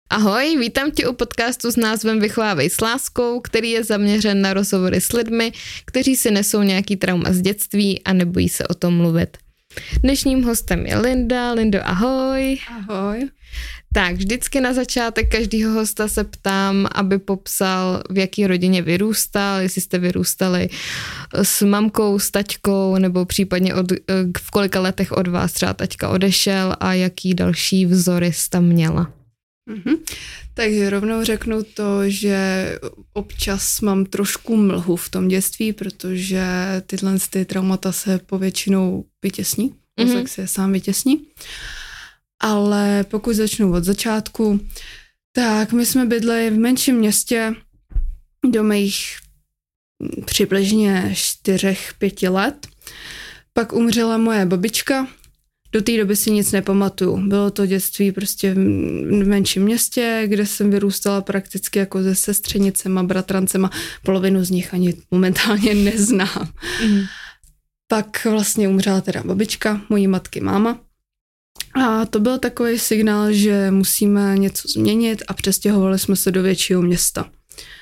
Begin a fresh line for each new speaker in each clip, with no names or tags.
Ahoj, vítám tě u podcastu s názvem Vychovávej s láskou, který je zaměřen na rozhovory s lidmi, kteří si nesou nějaký trauma z dětství a nebojí se o tom mluvit. Dnešním hostem je Linda. Lindo, ahoj.
Ahoj.
Tak, vždycky na začátek každého hosta se ptám, aby popsal, v jaký rodině vyrůstal, jestli jste vyrůstali s mamkou, s taťkou, nebo případně v kolika letech od vás třeba taťka odešel a jaký další vzory jsi tam měla.
Takže rovnou řeknu to, že občas mám trošku mlhu v tom dětství, protože tyhle traumata se povětšinou vytěsní, mozek se sám vytěsní. Ale pokud začnu od začátku, tak my jsme bydleli v menším městě do mých přibližně 4-5 let. Pak umřela moje babička. Do té doby si nic nepamatuju. Bylo to dětství prostě v menším městě, kde jsem vyrůstala prakticky jako se sestřenicema, bratrancema. Polovinu z nich ani momentálně neznám. Pak vlastně umřela teda babička, mojí matky máma. A to byl takový signál, že musíme něco změnit a přestěhovali jsme se do většího města.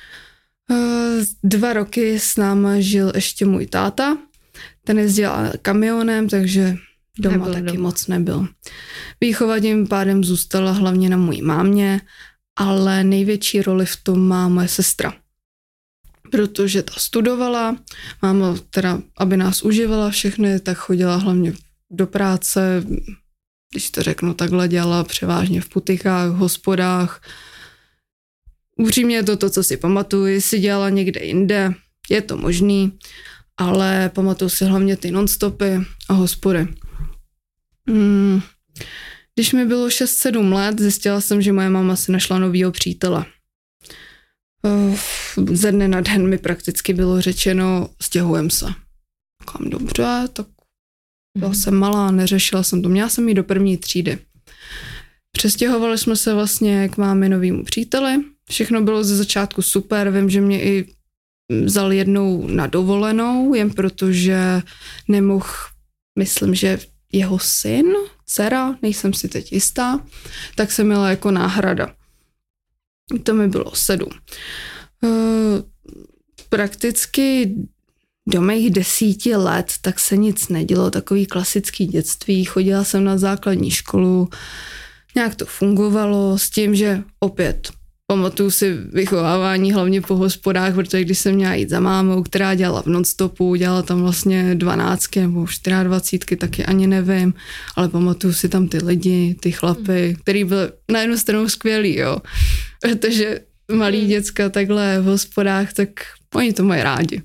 2 roky s náma žil ještě můj táta. Ten jezdil kamionem, takže doma taky moc nebyl. Výchova tím pádem zůstala hlavně na mojí mámě, ale největší roli v tom má moje sestra. Protože ta studovala, máma teda, aby nás uživala všechny, tak chodila hlavně do práce, když to řeknu takhle, dělala převážně v putikách, v hospodách. Upřímně je to, co si pamatuju, si dělala někde jinde, je to možný, ale pamatuju si hlavně ty non-stopy a hospody. Když mi bylo 6-7 let, zjistila jsem, že moje máma si našla novýho přítele. Ze dne na den mi prakticky bylo řečeno, stěhujem se. Kam dobře, tak byla jsem malá, neřešila jsem to. Měla jsem ji do 1. třídy. Přestěhovali jsme se vlastně k mámě novýmu příteli. Všechno bylo ze začátku super. Vím, že mě i vzal jednou na dovolenou, jen protože nemohl, myslím, že jeho syn, dcera, nejsem si teď jistá, tak jsem měla jako náhrada. To mi bylo 7. Prakticky do mých 10 let tak se nic nedělo, takový klasický dětství. Chodila jsem na základní školu, nějak to fungovalo s tím, že opět pamatuju si vychovávání hlavně po hospodách, protože když jsem měla jít za mámou, která dělala v non-stopu, dělala tam vlastně 12 nebo 24, taky ani nevím, ale pamatuju si tam ty lidi, ty chlapy, který byli na jednu stranu skvělý, jo, protože malý děcka takhle v hospodách, tak oni to mají rádi.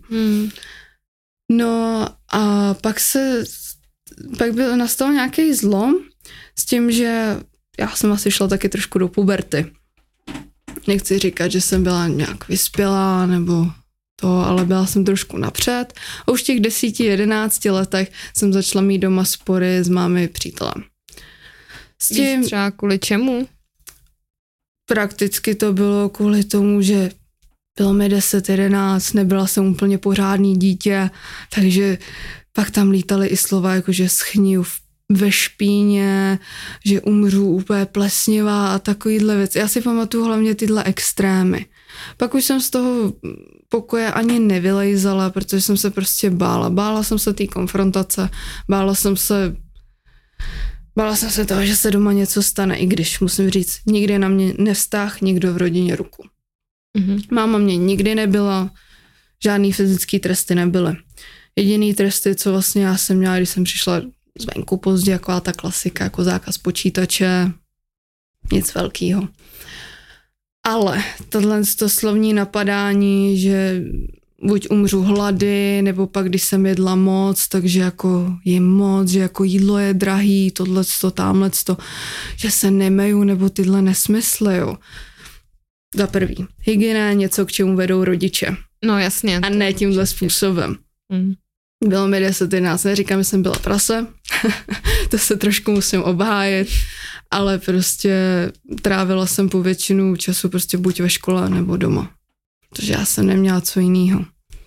No a pak nastal nějaký zlom s tím, že já jsem asi šla taky trošku do puberty. Nechci říkat, že jsem byla nějak vyspělá nebo to, ale byla jsem trošku napřed. A už v těch 10-11 letech jsem začala mít doma spory s mámy přítelem.
S tím třeba kvůli čemu?
Prakticky to bylo kvůli tomu, že bylo mi 10-11, nebyla jsem úplně pořádný dítě, takže pak tam lítaly i slova jako, že schniju ve špíně, že umřu úplně plesnivá a takovýhle věc. Já si pamatuju hlavně tyhle extrémy. Pak už jsem z toho pokoje ani nevylejzala, protože jsem se prostě bála. Bála jsem se té konfrontace, bála jsem se toho, že se doma něco stane, i když musím říct, nikdy na mě nevztáhl nikdo v rodině ruku. Máma mě nikdy nebyla, žádný fyzický tresty nebyly. Jediný tresty, co vlastně já jsem měla, když jsem přišla zvenku pozdě, jako ta klasika, jako zákaz počítače, nic velkýho. Ale tohle slovní napadání, že buď umřu hlady, nebo pak, když jsem jedla moc, takže jako jim moc, že jako jídlo je drahý, tohleto, támhleto, že se nemeju, nebo tyhle nesmysly, jo. Za prvý, hygiena je něco, k čemu vedou rodiče.
No jasně.
A ne tímhle způsobem. Bylo mi 10-11, neříkám, že jsem byla prase, to se trošku musím obhájit, ale prostě trávila jsem po většinu času prostě buď ve škole nebo doma, protože já jsem neměla co jinýho.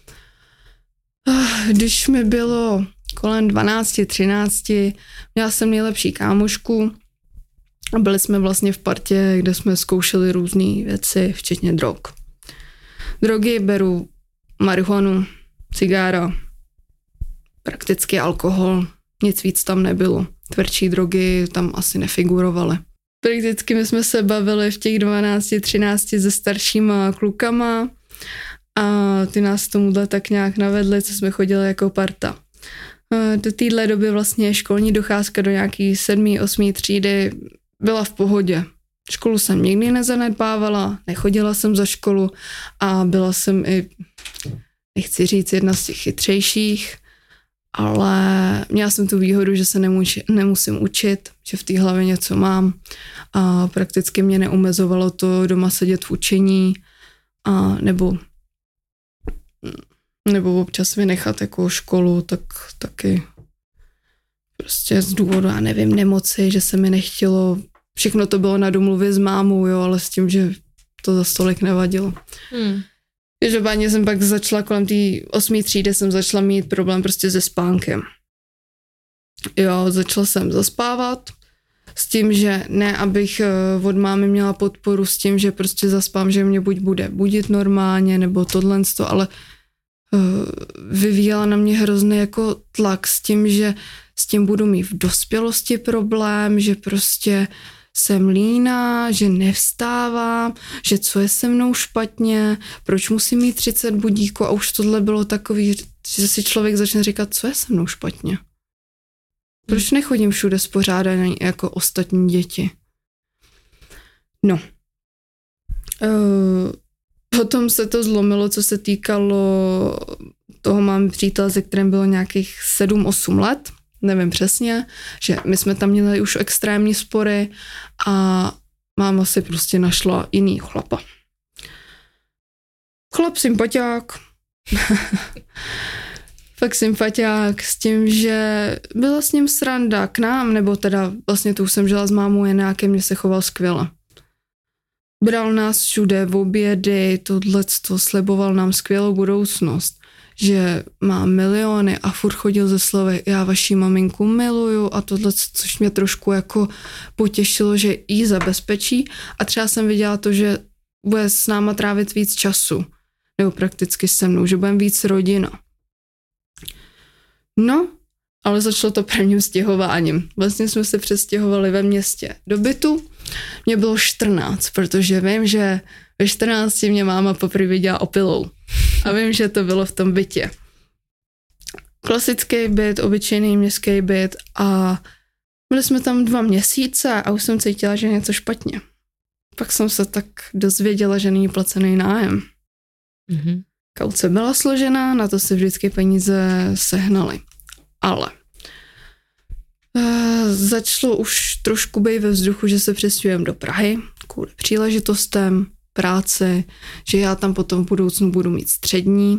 Když mi bylo kolem 12-13, měla jsem nejlepší kámošku, A byli jsme vlastně v partě, kde jsme zkoušeli různé věci, včetně drog. Drogy beru marihuanu, cigára, prakticky alkohol, nic víc tam nebylo. Tvrdší drogy tam asi nefigurovaly. Prakticky my jsme se bavili v těch 12-13 se staršíma klukama a ty nás tomuhle tak nějak navedli, co jsme chodili jako parta. Do téhle doby vlastně školní docházka do nějaký 7. 8. třídy byla v pohodě. Školu jsem nikdy nezanedbávala, nechodila jsem za školu a byla jsem i, nechci říct, jedna z těch chytřejších, ale měla jsem tu výhodu, že se nemusím učit, že v té hlavě něco mám a prakticky mě neomezovalo to doma sedět v učení a nebo občas vynechat jako školu, tak taky prostě z důvodu, já nevím, nemoci, že se mi nechtělo, všechno to bylo na domluvě s mámou, jo, ale s tím, že to za stolik nevadilo. Každopádně jsem pak začala kolem té 8. třídy jsem začala mít problém prostě se spánkem. Jo, začala jsem zaspávat s tím, že ne, abych od mámy měla podporu s tím, že prostě zaspám, že mě buď bude budit normálně, nebo tohle, ale vyvíjela na mě hrozný jako tlak s tím, že s tím budu mít v dospělosti problém, že prostě jsem líná, že nevstávám, že co je se mnou špatně, proč musím mít 30 budíků a už tohle bylo takový, že si člověk začne říkat, co je se mnou špatně. Proč nechodím všude spořádaný jako ostatní děti? No. Potom se to zlomilo, co se týkalo toho mám přítel, se kterým bylo nějakých 7-8 let, nevím přesně, že my jsme tam měli už extrémní spory a máma si prostě našla jiný chlapa. Chlap sympatiák. Fakt sympatiák s tím, že byla s ním sranda k nám, nebo teda vlastně tu jsem žila s mámou, jen nějaké mě se choval skvěle. Bral nás všude v obědy, tohleto, sliboval nám skvělou budoucnost, že má miliony a furt chodil ze slovy, já vaši maminku miluju a tohle, což mě trošku jako potěšilo, že jí zabezpečí a třeba jsem viděla to, že bude s náma trávit víc času, nebo prakticky se mnou, že budeme víc rodina. No, ale začalo to prvním stěhováním. Vlastně jsme se přestěhovali ve městě do bytu. Mně bylo 14, protože vím, že ve 14 mě máma poprvé viděla opilou. A vím, že to bylo v tom bytě. Klasický byt, obyčejný městský byt a byli jsme tam 2 měsíce a už jsem cítila, že je něco špatně. Pak jsem se tak dozvěděla, že není placený nájem. Kauce byla složená, na to se vždycky peníze sehnaly. Ale začalo už trošku být ve vzduchu, že se přestěhujeme do Prahy kvůli příležitostem, práci, že já tam potom v budoucnu budu mít střední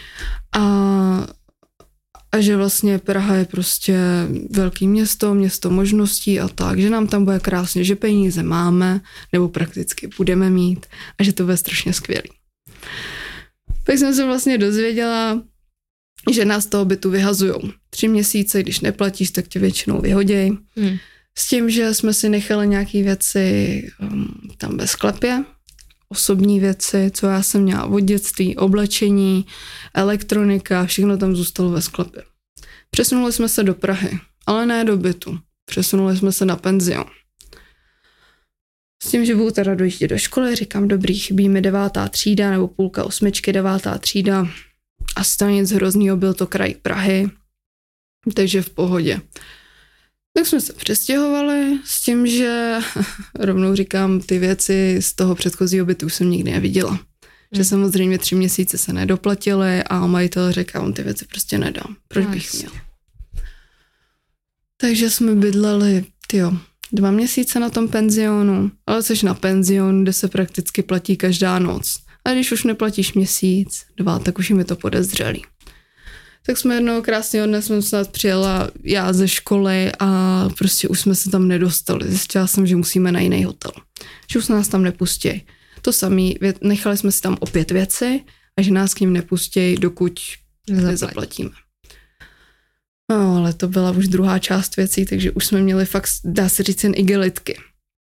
a že vlastně Praha je prostě velký město, město možností a tak, že nám tam bude krásně, že peníze máme, nebo prakticky budeme mít a že to bude strašně skvělý. Pak jsem se vlastně dozvěděla, že nás z toho bytu vyhazujou. 3 měsíce, když neplatíš, tak tě většinou vyhoděj. S tím, že jsme si nechali nějaké věci tam ve sklepě, osobní věci, co já jsem měla od dětství, oblečení, elektronika, všechno tam zůstalo ve sklepě. Přesunuli jsme se do Prahy, ale ne do bytu. Přesunuli jsme se na penzion. S tím, že budu teda dojíždět do školy, říkám, dobrý, chybí mi 9. třída nebo půlka 8, 9. třída. A stejně nic hroznýho, byl to kraj Prahy, takže v pohodě. Tak jsme se přestěhovali s tím, že rovnou říkám, ty věci z toho předchozího bytu už jsem nikdy neviděla. Že samozřejmě 3 měsíce se nedoplatily a majitel řekl, on ty věci prostě nedám. Proč bych měl? Takže jsme bydleli, 2 měsíce na tom penzionu, ale jsi na penzion, kde se prakticky platí každá noc. A když už neplatíš měsíc, 2, tak už jim je to podezřelý. Tak jsme jednoho krásného dne jsem snad přijela já ze školy a prostě už jsme se tam nedostali. Zjistila jsem, že musíme na jiný hotel. Že už se nás tam nepustí. To samé, nechali jsme si tam opět věci a že nás k ním nepustí, dokud nezaplatíme. No, ale to byla už druhá část věcí, takže už jsme měli fakt, dá se říct, jen igelitky.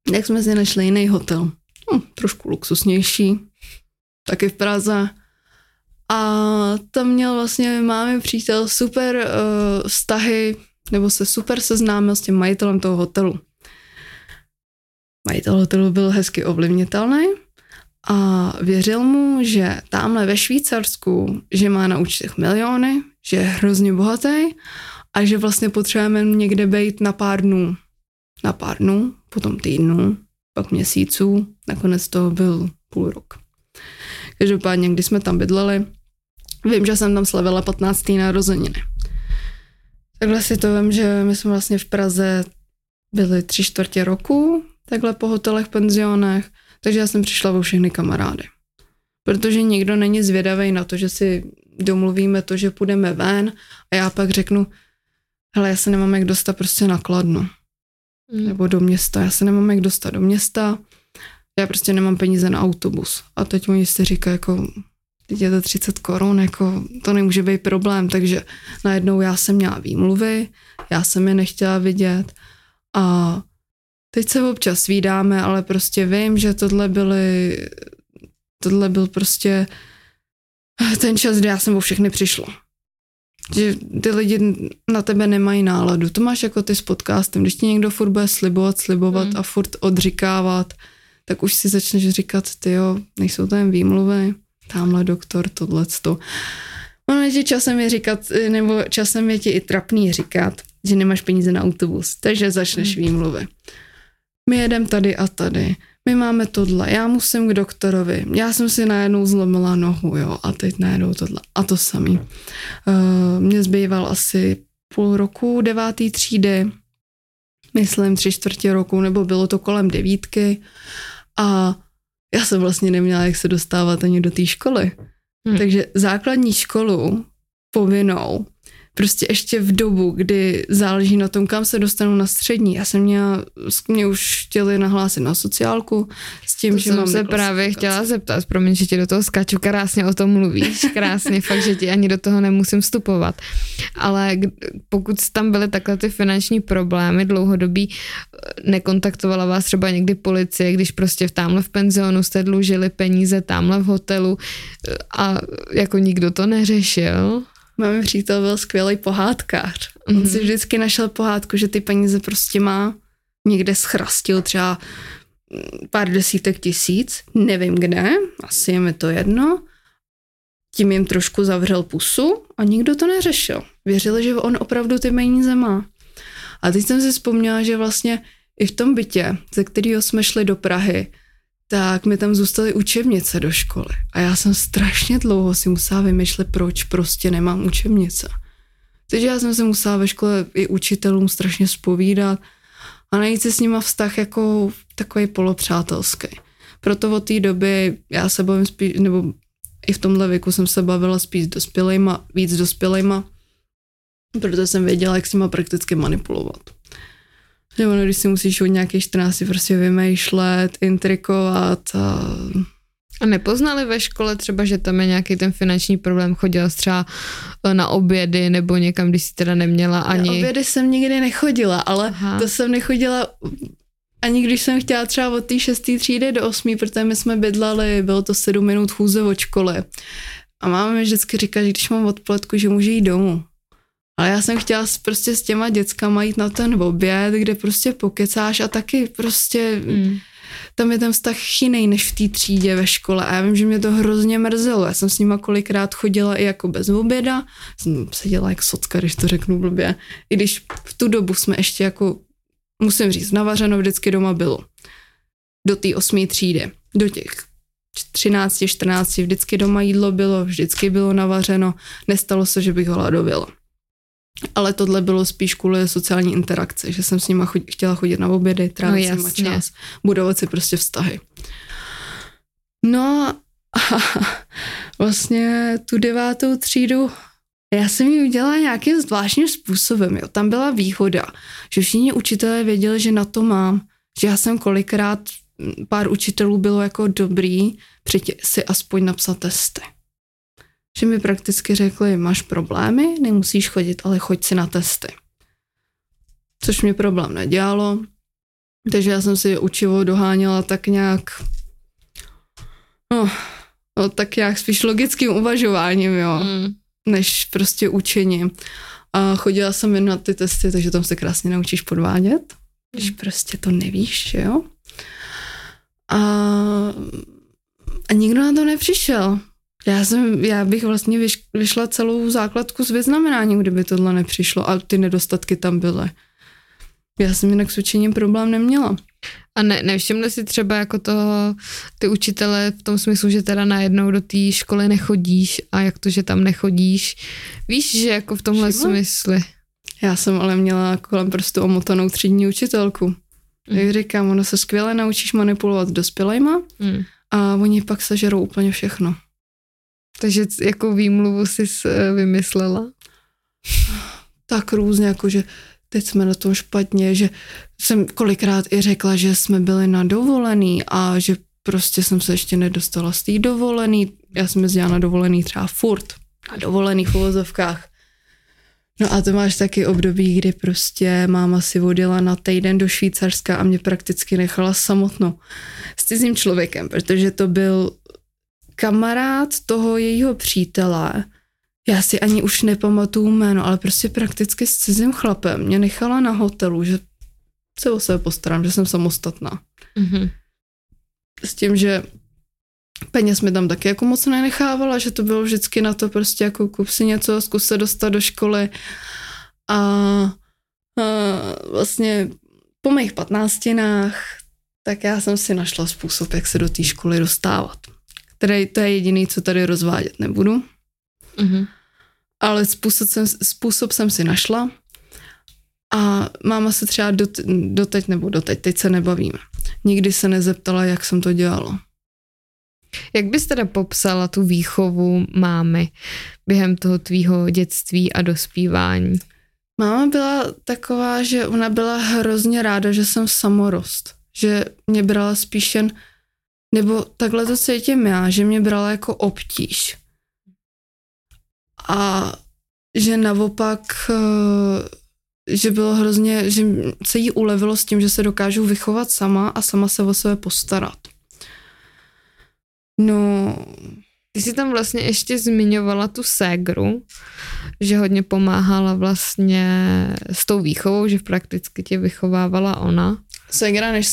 Tak jsme si našli jiný hotel. Trošku luxusnější, taky v Praze. A tam měl vlastně máme přítel super vztahy, nebo se super seznámil s tím majitelem toho hotelu. Majitel hotelu byl hezky ovlivnitelný a věřil mu, že tamhle ve Švýcarsku, že má na účtech miliony, že je hrozně bohatý a že vlastně potřebujeme někde být na pár dnů, potom týdnů, pak měsíců, nakonec toho byl půl rok. Každopádně, když jsme tam bydleli, vím, že jsem tam slavila 15. narozeniny. Takhle si to vím, že my jsme vlastně v Praze byli 3/4 roku, takhle po hotelech, penzionech, takže já jsem přišla o všechny kamarády. Protože nikdo není zvědavý na to, že si domluvíme to, že půjdeme ven a já pak řeknu, hele, já se nemám jak dostat prostě na Kladno. Nebo do města, já se nemám jak dostat do města, já prostě nemám peníze na autobus. A teď oni si říkají, jako, teď je to 30 korun, jako, to nemůže být problém, takže najednou já jsem měla výmluvy, já jsem je nechtěla vidět a teď se občas vídáme, ale prostě vím, že tohle byl prostě ten čas, kdy já jsem o všechny přišla. Že ty lidi na tebe nemají náladu. To máš jako ty s podcastem. Když ti někdo furt bude slibovat a furt odříkávat, tak už si začneš říkat, tyjo, nejsou to jen výmluvy, tamhle doktor, tohleto. Ono je ti časem je ti i trapný říkat, že nemáš peníze na autobus, takže začneš výmluvy. My jedem tady a tady, my máme tohle, já musím k doktorovi, já jsem si najednou zlomila nohu, jo, a teď najednou tohle a to samý. Mně zbýval asi půl roku 9. třídy, myslím 3/4 roku, nebo bylo to kolem 9. A já jsem vlastně neměla, jak se dostávat ani do té školy. Takže základní školu povinnou, prostě ještě v dobu, kdy záleží na tom, kam se dostanu na střední. Mě už chtěli nahlásit na sociálku s tím,
to
že mám
se právě chtěla zeptat, promiň, že ti do toho skáču, krásně o tom mluvíš, krásně, fakt, že ti ani do toho nemusím vstupovat. Ale pokud tam byly takhle ty finanční problémy dlouhodobí, nekontaktovala vás třeba někdy policie, když prostě tamhle v penzionu jste dlužili peníze, tamhle v hotelu a jako nikdo to neřešil?
Můj přítel byl skvělý pohádkář. On si vždycky našel pohádku, že ty peníze prostě má, někde schrastil třeba pár desítek tisíc, nevím kde, asi je mi to jedno. Tím jim trošku zavřel pusu a nikdo to neřešil. Věřili, že on opravdu ty peníze má. A teď jsem si vzpomněla, že vlastně i v tom bytě, ze kterého jsme šli do Prahy, tak mi tam zůstaly učebnice do školy. A já jsem strašně dlouho si musela vymýšlet, proč prostě nemám učebnice. Takže já jsem se musela ve škole i učitelům strašně zpovídat a najít si s nima vztah jako takový polopřátelský. Proto od té doby já se bavím spíš, nebo i v tomhle věku jsem se bavila spíš víc dospělejma, protože jsem věděla, jak s nima prakticky manipulovat. Že ono, když si musíš od nějakých 14 prostě vymýšlet, intrikovat
A nepoznali ve škole třeba, že tam je nějaký ten finanční problém, chodila třeba na obědy nebo někam, když jsi teda neměla ani...
Na obědy jsem nikdy nechodila, ale to jsem nechodila ani když jsem chtěla třeba od té 6. třídy do 8, protože my jsme bydleli, bylo to 7 minut chůze od školy. A máma mi vždycky říká, že když mám odpoledku, že může jít domů. Ale já jsem chtěla prostě s těma dětskama jít na ten oběd, kde prostě pokecáš a taky prostě tam je ten vztah jiný než v té třídě ve škole a já vím, že mě to hrozně mrzelo. Já jsem s nima kolikrát chodila i jako bez oběda, jsem seděla jak socka, když to řeknu blbě. I když v tu dobu jsme ještě jako, musím říct, navařeno vždycky doma bylo. Do té 8. třídy, do těch 13, 14, vždycky doma jídlo bylo, vždycky bylo navařeno, nestalo se, že bych hladověla. Ale tohle bylo spíš kvůli sociální interakce, že jsem s nima chtěla chodit na obědy, trávit s nima čas, budovat si prostě vztahy. No a vlastně tu 9. třídu já jsem ji udělala nějakým zvláštním způsobem. Jo. Tam byla výhoda, že všichni učitelé věděli, že na to mám, že já jsem kolikrát, pár učitelů bylo jako dobrý přijít si aspoň napsat testy. Že mi prakticky řekli, máš problémy, nemusíš chodit, ale choď si na testy. Což mi problém nedělalo. Takže já jsem si učivo doháněla tak nějak, tak nějak spíš logickým uvažováním, jo, než prostě učením. A chodila jsem jen na ty testy, takže tam se krásně naučíš podvádět, když prostě to nevíš, jo. A nikdo na to nepřišel. Já bych vlastně vyšla celou základku s vyznamenáním, kdyby tohle nepřišlo a ty nedostatky tam byly. Já jsem jinak s učením problém neměla.
A nevšimli si třeba jako ty učitele v tom smyslu, že teda najednou do té školy nechodíš a jak to, že tam nechodíš? Víš, že jako v tomhle smyslu?
Já jsem ale měla kolem prostě omotanou třídní učitelku. Jak říkám, ono se skvěle naučíš manipulovat s dospělejma a oni pak sežerou úplně všechno.
Takže jakou výmluvu jsi vymyslela?
Tak různě, jakože teď jsme na tom špatně, že jsem kolikrát i řekla, že jsme byli na dovolený a že prostě jsem se ještě nedostala z té dovolený. Já jsem jezdila na dovolený třeba furt, na dovolených uvozovkách. No a to máš taky období, kdy prostě máma si odjela na týden do Švýcarska a mě prakticky nechala samotnou s cizím člověkem, protože to byl kamarád toho jejího přítele. Já si ani už nepamatuju jméno, ale prostě prakticky s cizím chlapem mě nechala na hotelu, že se o sebe postarám, že jsem samostatná. S tím, že peněz mi tam taky jako moc nenechávala, že to bylo vždycky na to prostě jako kup si něco, zkus se dostat do školy a vlastně po mých 15, tak já jsem si našla způsob, jak se do té školy dostávat. To je jediný, co tady rozvádět nebudu. Ale způsob jsem si našla a máma se třeba teď se nebavíme. Nikdy se nezeptala, jak jsem to dělala.
Jak bys teda popsala tu výchovu mámy během toho tvýho dětství a dospívání?
Máma byla taková, že ona byla hrozně ráda, že jsem samorost. Že mě brala spíš jen, nebo takhle to cítím já, že mě brala jako obtíž. A že naopak, že bylo hrozně, že se jí ulevilo s tím, že se dokážu vychovat sama a sama se o sebe postarat. No,
ty jsi tam vlastně ještě zmiňovala tu ségru, že hodně pomáhala vlastně s tou výchovou, že prakticky tě vychovávala ona.
Ségra, než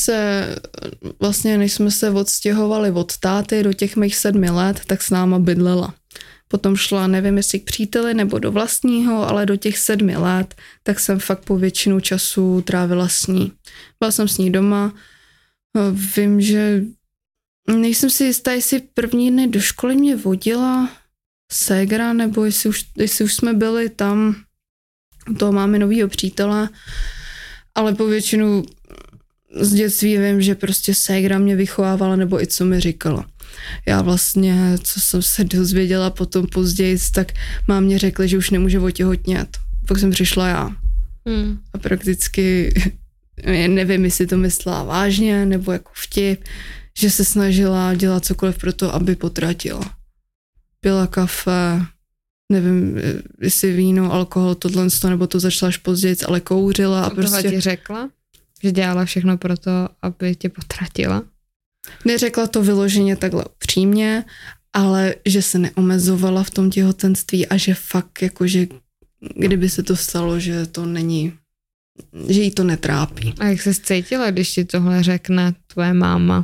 jsme se odstěhovali od táty do těch mých 7 let, tak s náma bydlela. Potom šla, nevím, jestli k příteli nebo do vlastního, ale do těch 7 let, tak jsem fakt po většinu času trávila s ní. Byla jsem s ní doma. Vím, že nejsem si jistá, jestli první dny do školy mě vodila ségra, nebo jestli už jsme byli tam, toho máme novýho přítele, ale po většinu z dětství vím, že prostě ségra mě vychovávala, nebo i co mi říkala. Já vlastně, co jsem se dozvěděla potom později, tak mámě řekli, že už nemůže otěhotnět. Pak jsem přišla já. A prakticky, nevím, jestli to myslela vážně, nebo jako vtip, že se snažila dělat cokoliv pro to, aby potratila. Pila kafe, nevím, jestli víno, alkohol, tohle, nebo to začala až později, ale kouřila. A prostě
ti řekla, že dělala všechno pro to, aby tě potratila?
Neřekla to vyloženě takhle upřímně, ale že se neomezovala v tom těhotenství a že fakt jakože kdyby se to stalo, že to není, že jí to netrápí.
A jak se cítila, když ti tohle řekne tvoje máma?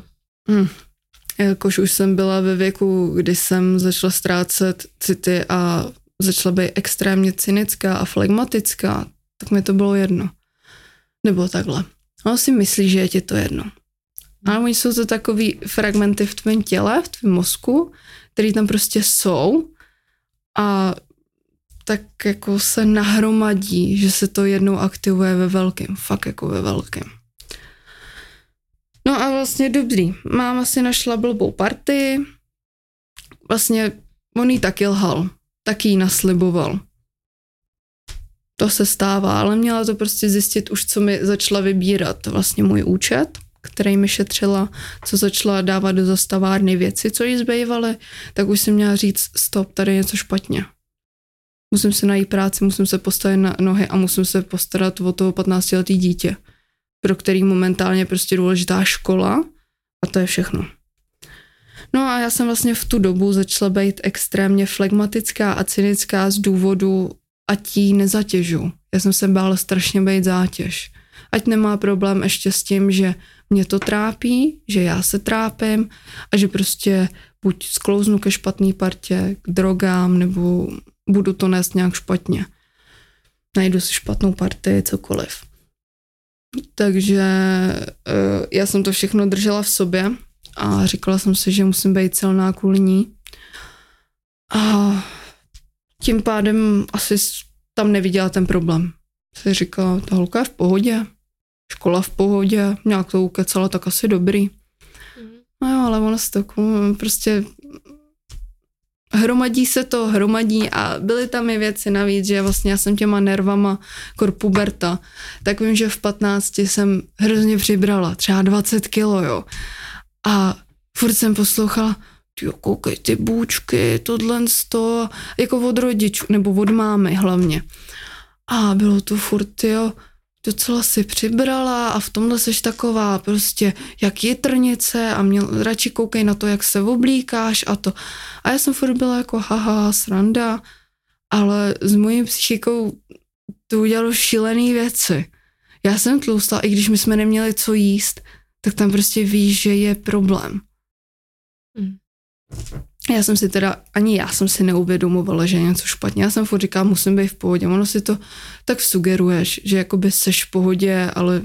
Jakož už jsem byla ve věku, kdy jsem začala ztrácet city a začala být extrémně cynická a flegmatická, tak mi to bylo jedno. Nebo takhle. Ono si myslí, že je ti to jedno. Ale oni jsou to takový fragmenty v tvém těle, v tvém mozku, který tam prostě jsou a tak jako se nahromadí, že se to jednou aktivuje ve velkém, fakt jako ve velkém. No a vlastně dobrý. Máma si našla blbou partii, vlastně on jí taky lhal, taky jí nasliboval. To se stává, ale měla to prostě zjistit už, co mi začala vybírat vlastně můj účet, který mi šetřila, co začala dávat do zastavárny věci, co jí zbývaly, tak už jsem měla říct, stop, tady je něco špatně. Musím si najít práci, musím se postavit na nohy a musím se postarat o toho 15letý dítě. pro který momentálně je prostě důležitá škola a to je všechno. No a já jsem vlastně v tu dobu začala být extrémně flegmatická a cynická z důvodu, ať jí nezatěžu. Já jsem se bála strašně být zátěž. Ať nemá problém ještě s tím, že mě to trápí, že já se trápím a že prostě buď sklouznu ke špatný partě, k drogám, nebo budu to nést nějak špatně. Najdu si špatnou partii, cokoliv. Takže já jsem to všechno držela v sobě a říkala jsem si, že musím být silná kvůli ní. A tím pádem asi tam neviděla ten problém. Si říkala, ta holka je v pohodě, škola v pohodě, nějak to ukecala, tak asi dobrý. No jo, ale ono se to prostě hromadí a byly tam i věci navíc, že vlastně já jsem těma nervama puberta, tak vím, že v 15 jsem hrozně přibrala, třeba 20 kilo, jo. A furt jsem poslouchala, tyjo, koukej ty bůčky, tohle sto, jako od rodičů, nebo od mámy hlavně. A bylo to furt, jo, docela si přibrala a v tomhle seš taková prostě jak jitrnice a radši koukej na to, jak se oblíkáš a to. A já jsem furt byla jako haha, sranda, ale s mojí psychikou to udělalo šílený věci. Já jsem tlustá, i když my jsme neměli co jíst, tak tam prostě víš, že je problém. Ani já jsem si neuvědomovala, že je něco špatně. Já jsem furt říkala, musím být v pohodě. Ono si to tak sugeruješ, že jakoby seš v pohodě, ale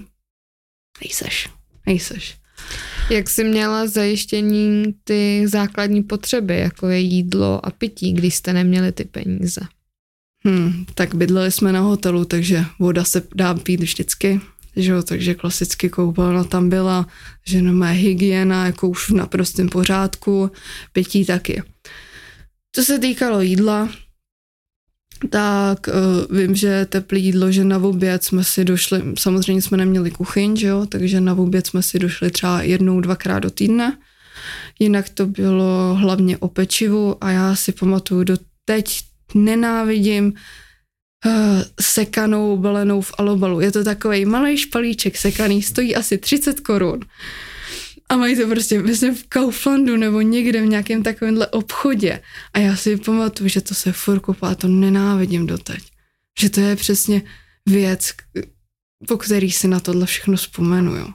nejseš.
Jak jsi měla zajištění ty základní potřeby, jako je jídlo a pití, když jste neměli ty peníze?
Tak bydleli jsme na hotelu, takže voda se dá pít vždycky. Že jo, takže klasicky koupelna tam byla, že má hygiena, jako už v naprostém pořádku, pití taky. Co se týkalo jídla, tak vím, že teplé jídlo, že na oběd jsme si došli, samozřejmě jsme neměli kuchyň, že jo, takže na oběd jsme si došli třeba 1-2krát do týdne. Jinak to bylo hlavně o pečivu a já si pamatuju, doteď nenávidím sekanou balenou v alobalu. Je to takovej malej špalíček sekaný, stojí asi 30 korun. A mají to prostě myslím v Kauflandu nebo někde v nějakém takovémhle obchodě. A já si pamatuju, že to se furt kopá, to nenávidím doteď. Že to je přesně věc, po který si na tohle všechno vzpomenu, jo.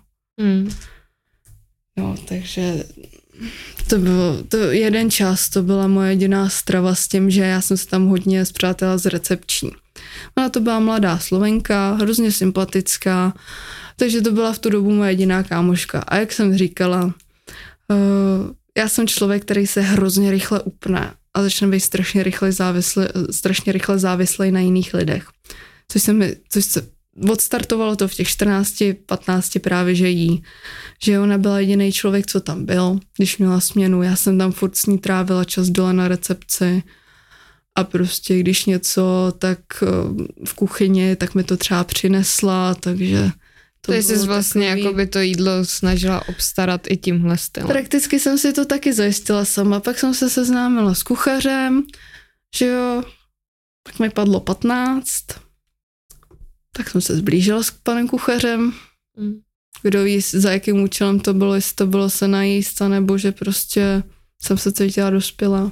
No, takže to jeden čas, to byla moje jediná strava s tím, že já jsem se tam hodně spřátela s recepční. Ona to byla mladá Slovenka, hrozně sympatická, takže to byla v tu dobu moje jediná kámoška. A jak jsem říkala, já jsem člověk, který se hrozně rychle upne a začne být strašně rychle závislý na jiných lidech. Což se odstartovalo to v těch 14-15 právě, že ona byla jediný člověk, co tam byl, když měla směnu. Já jsem tam furt s ní trávila čas dole na recepci a prostě když něco, tak v kuchyni, tak mi to třeba přinesla, takže
to jsi vlastně takový... jako by to jídlo snažila obstarat i tímhle stylem.
Prakticky jsem si to taky zajistila sama, pak jsem se seznámila s kuchařem, že jo, tak mi padlo 15, tak jsem se zblížila s panem kuchařem. Kdo ví, za jakým účelem to bylo, jestli to bylo se najíst, nebo že prostě jsem se cítila dospělá.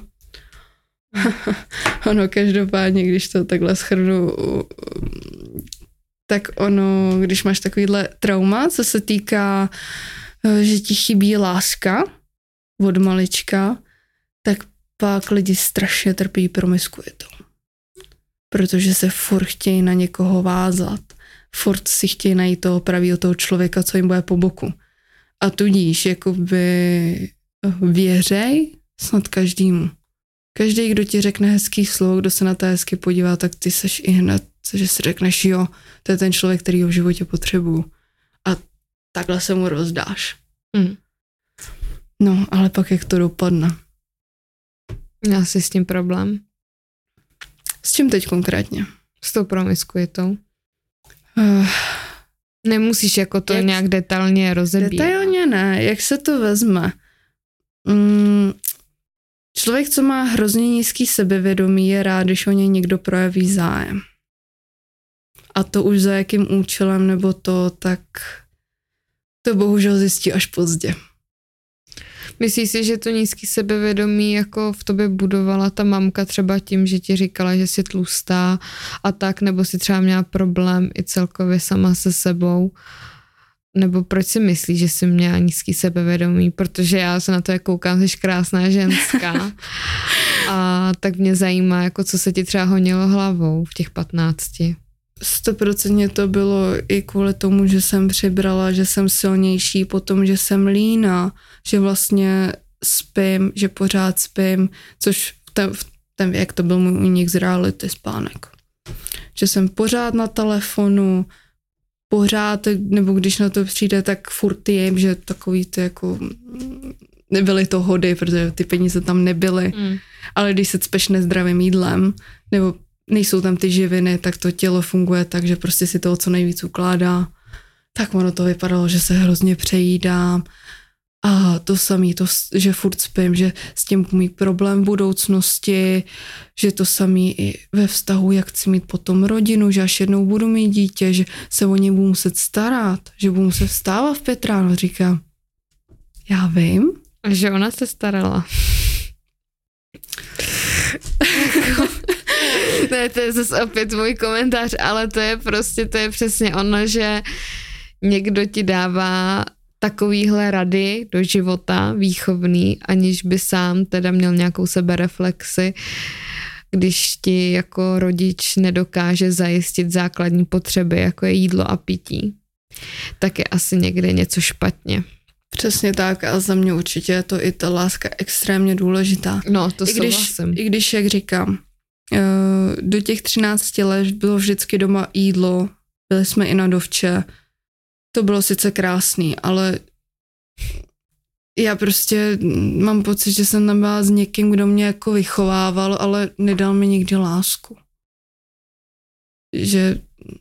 Ono, každopádně, když to takhle shrnu, tak ono, když máš takovýhle trauma, co se týká, že ti chybí láska od malička, tak pak lidi strašně trpí promiskuitou. Protože se furt chtějí na někoho vázat. Furt si chtějí najít toho pravýho toho člověka, co jim bude po boku. A tudíž jakoby věřej snad každému. Každý, kdo ti řekne hezký slovo, kdo se na to hezky podívá, tak ty seš i hned, že si řekneš, jo, to je ten člověk, který ho v životě potřebuju. A takhle se mu rozdáš. No, ale pak jak to dopadne?
Já si s tím problém.
S čím teď konkrétně?
S tou promiskuitou. Nemusíš jako to nějak detailně rozebírat.
Detailně ne, jak se to vezme? Člověk, co má hrozně nízký sebevědomí, je rád, když o něj někdo projeví zájem. A to už za jakým účelem nebo to, tak to bohužel zjistí až pozdě.
Myslíš si, že to nízký sebevědomí jako v tobě budovala ta mamka třeba tím, že ti říkala, že jsi tlustá a tak, nebo si třeba měla problém i celkově sama se sebou? Nebo proč si myslíš, že jsi měla nízký sebevědomí? Protože já se na to koukám, jsi krásná ženská a tak mě zajímá, jako co se ti třeba honilo hlavou v těch 15.
100% to bylo i kvůli tomu, že jsem přibrala, že jsem silnější, potom, že jsem líná, že vlastně spím, že pořád spím, což v ten věk to byl můj únik z reality, spánek. Že jsem pořád na telefonu, pořád, nebo když na to přijde, tak furt jim, že takový ty jako nebyly to hody, protože ty peníze tam nebyly, ale když se cpeš nezdravým jídlem, nebo nejsou tam ty živiny, tak to tělo funguje tak, že prostě si toho co nejvíc ukládá. Tak ono to vypadalo, že se hrozně přejídám a to samý, že furt spím, že s tím můj problém v budoucnosti, že to samý i ve vztahu, jak chci mít potom rodinu, že až jednou budu mít dítě, že se o ně budu muset starat, že budu muset vstávat v 5 ráno, říkám. Já vím.
A že ona se starala. To je zase opět můj komentář, ale to je přesně ono, že někdo ti dává takovýhle rady do života výchovný, aniž by sám teda měl nějakou sebereflexi, když ti jako rodič nedokáže zajistit základní potřeby, jako je jídlo a pití, tak je asi někde něco špatně.
Přesně tak a za mě určitě je to i ta láska extrémně důležitá.
No, to souhlasím.
I když, jak říkám, do těch 13 let bylo vždycky doma jídlo, byli jsme i na dovče, to bylo sice krásný, ale já prostě mám pocit, že jsem tam byla s někým, kdo mě jako vychovával, ale nedal mi nikdy lásku. Že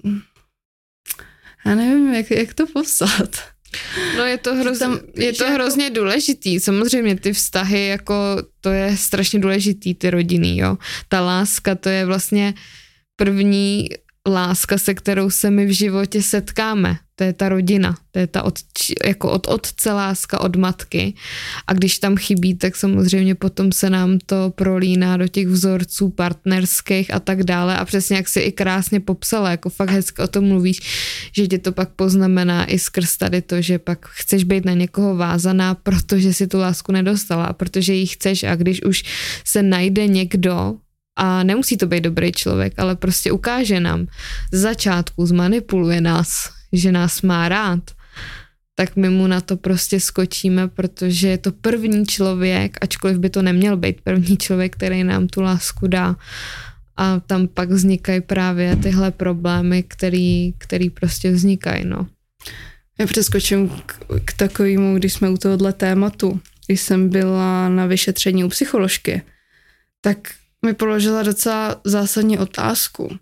já nevím, jak to popsat.
No je to hrozně důležitý, samozřejmě ty vztahy, jako to je strašně důležitý, ty rodiny, jo. Ta láska, to je vlastně první láska, se kterou se my v životě setkáme. To je ta rodina, to je ta od otce láska, od matky. A když tam chybí, tak samozřejmě potom se nám to prolíná do těch vzorců partnerských a tak dále. A přesně jak jsi i krásně popsala, jako fakt hezky o tom mluvíš, že tě to pak poznamená i skrz tady to, že pak chceš být na někoho vázaná, protože si tu lásku nedostala a protože ji chceš a když už se najde někdo, a nemusí to být dobrý člověk, ale prostě ukáže nám z začátku, zmanipuluje nás, že nás má rád, tak my mu na to prostě skočíme, protože je to první člověk, ačkoliv by to neměl být první člověk, který nám tu lásku dá. A tam pak vznikají právě tyhle problémy, který prostě vznikají, no.
Já přeskočím k takovému, když jsme u tohohle tématu, když jsem byla na vyšetření u psycholožky, tak mi položila docela zásadní otázku.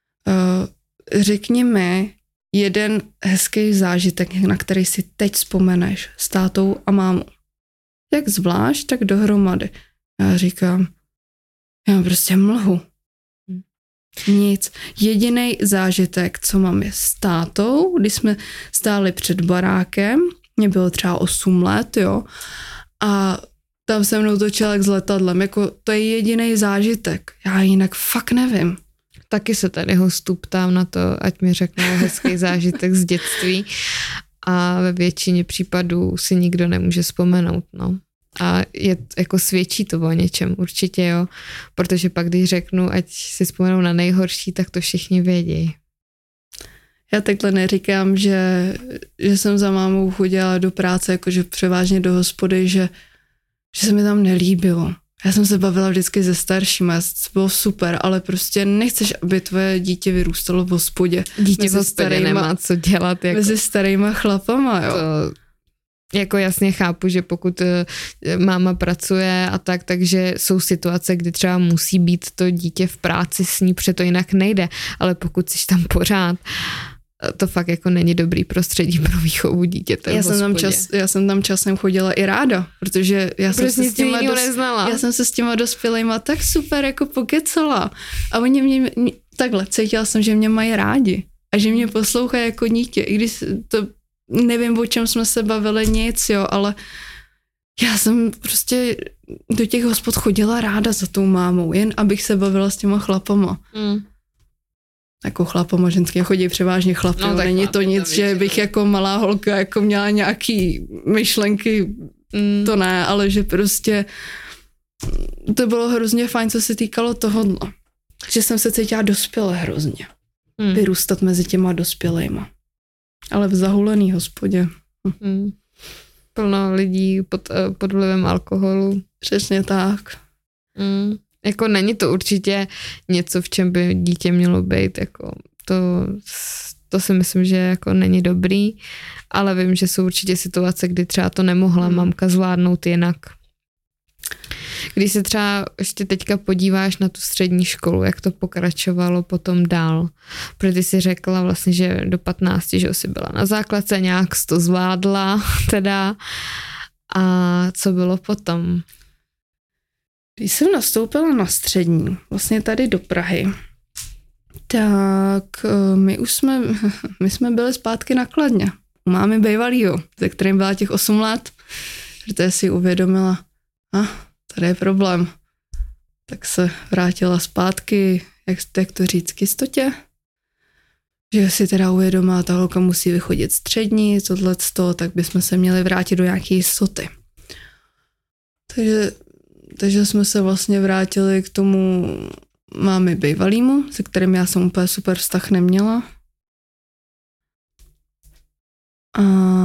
Řekni mi jeden hezký zážitek, na který si teď vzpomeneš s tátou a mámou. Jak zvlášť, tak dohromady. Já říkám, já prostě mlhu. Nic. Jediný zážitek, co mám je s tátou, když jsme stáli před barákem, mě bylo třeba 8 let, jo, a tam se mnou točil jak s letadlem, jako to je jediný zážitek. Já jinak fakt nevím.
Taky se tady hostu ptám na to, ať mi řeknou hezký zážitek z dětství a ve většině případů si nikdo nemůže vzpomenout, no. A jako svědčí to o něčem, určitě jo, protože pak když řeknu, ať si vzpomenou na nejhorší, tak to všichni vědí.
Já takhle neříkám, že jsem za mámou chodila do práce, jakože převážně do hospody, že se mi tam nelíbilo. Já jsem se bavila vždycky se staršíma, to bylo super, ale prostě nechceš, aby tvoje dítě vyrůstalo v hospodě.
Dítě v hospodě nemá co dělat. Jako,
mezi starýma chlapama, jo.
Jako jasně chápu, že pokud máma pracuje a tak, takže jsou situace, kdy třeba musí být to dítě v práci s ní, protože to jinak nejde, ale pokud jsi tam pořád, to fakt jako není dobrý prostředí pro výchovu dítěte.
Já jsem tam časem chodila i ráda, protože já jsem se s těma dospělejma tak super jako pokecala. A oni mě takhle, cítila jsem, že mě mají rádi a že mě poslouchají jako dítě, i když to nevím, o čem jsme se bavili, nic, jo, ale já jsem prostě do těch hospod chodila ráda za tou mámou, jen abych se bavila s těma chlapama. Jako chlapama, ženské chodí převážně chlapy, no, není to nic, že bych jako malá holka jako měla nějaký myšlenky, to ne, ale že prostě to bylo hrozně fajn, co se týkalo tohohle. Že jsem se cítila dospěle hrozně. Vyrůstat mezi těma dospělejma. Ale v zahulený hospodě.
Plno lidí pod vlivem alkoholu.
Přesně tak.
Jako není to určitě něco, v čem by dítě mělo být, jako to si myslím, že jako není dobrý, ale vím, že jsou určitě situace, kdy třeba to nemohla mamka zvládnout jinak. Když se třeba ještě teďka podíváš na tu střední školu, jak to pokračovalo potom dál, protože ty jsi řekla vlastně, že do 15, že jsi byla na základce, nějak jsi to zvládla teda, a co bylo potom?
Když jsem nastoupila na střední, vlastně tady do Prahy, tak my jsme byli zpátky na Kladně. U mámy bejvalýho, ze kterým byla těch 8 let, protože si uvědomila, tady je problém. Tak se vrátila zpátky, jak to říct, k jistotě. Že si teda uvědomila, ta holka musí vychodit střední, tohleto, tak bychom se měli vrátit do nějaké jistoty. Takže jsme se vlastně vrátili k tomu mámy bejvalýmu, se kterým já jsem úplně super vztah neměla. A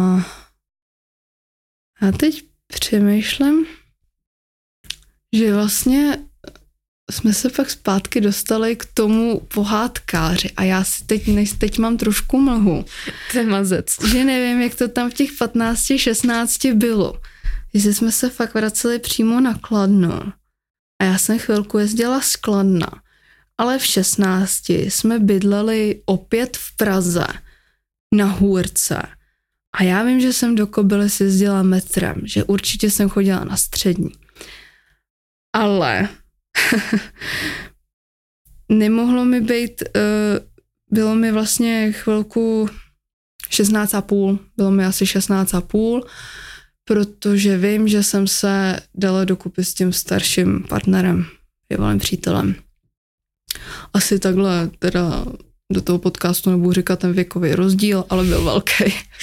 já teď přemýšlím, že vlastně jsme se pak zpátky dostali k tomu pohádkáři a já si teď mám trošku mlhu.
To je mazec.
Že nevím, jak to tam v těch 15, 16 bylo. Že jsme se fakt vraceli přímo na Kladno a já jsem chvilku jezdila z Kladna, ale v 16 jsme bydleli opět v Praze na Hůrce a já vím, že jsem do Kobily si jezdila metrem, že určitě jsem chodila na střední. Ale nemohlo mi být, bylo mi vlastně chvilku 16,5, bylo mi asi 16,5, protože vím, že jsem se dala dokupy s tím starším partnerem, bývalým přítelem. Asi takhle teda do toho podcastu nebudu říkat ten věkový rozdíl, ale byl velký.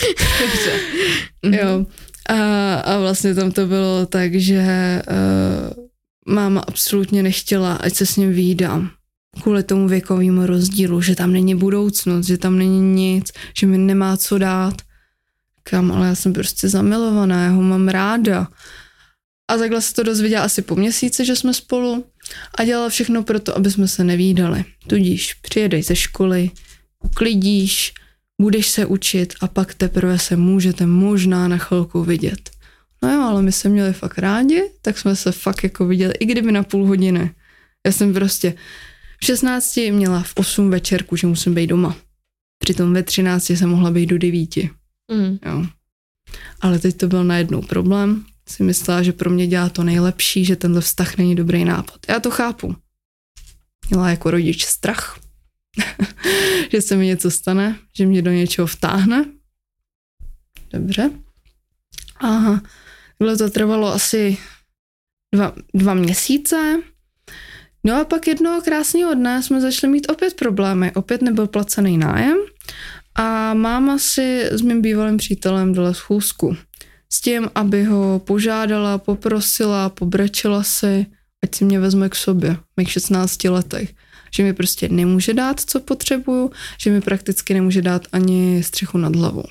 Jo. A vlastně tam to bylo tak, že máma absolutně nechtěla, ať se s ním vídám. Kvůli tomu věkovému rozdílu, že tam není budoucnost, že tam není nic, že mi nemá co dát. Ale já jsem prostě zamilovaná, já ho mám ráda. A takhle se to dozvěděla asi po měsíci, že jsme spolu a dělala všechno pro to, aby jsme se nevídali. Tudíž přijedeš ze školy, uklidíš, budeš se učit a pak teprve se můžete možná na chvilku vidět. No jo, ale my jsme měli fakt rádi, tak jsme se fakt jako viděli, i kdyby na půl hodiny. Já jsem prostě v 16 měla v 8 večerku, že musím být doma. Přitom ve 13 jsem mohla být do 9. Jo. Ale teď to byl najednou problém. Si myslela, že pro mě dělá to nejlepší, že tenhle vztah není dobrý nápad. Já to chápu. Měla jako rodič strach, že se mi něco stane, že mě do něčeho vtáhne. Dobře. Aha. Takhle to trvalo asi 2 měsíce. No a pak jednoho krásného dne jsme začali mít opět problémy. Opět nebyl placený nájem a máma si s mým bývalým přítelem dala schůzku s tím, aby ho požádala, poprosila, pobrečila si, ať si mě vezme k sobě v mých 16 letech. Že mi prostě nemůže dát, co potřebuju, že mi prakticky nemůže dát ani střechu nad hlavou.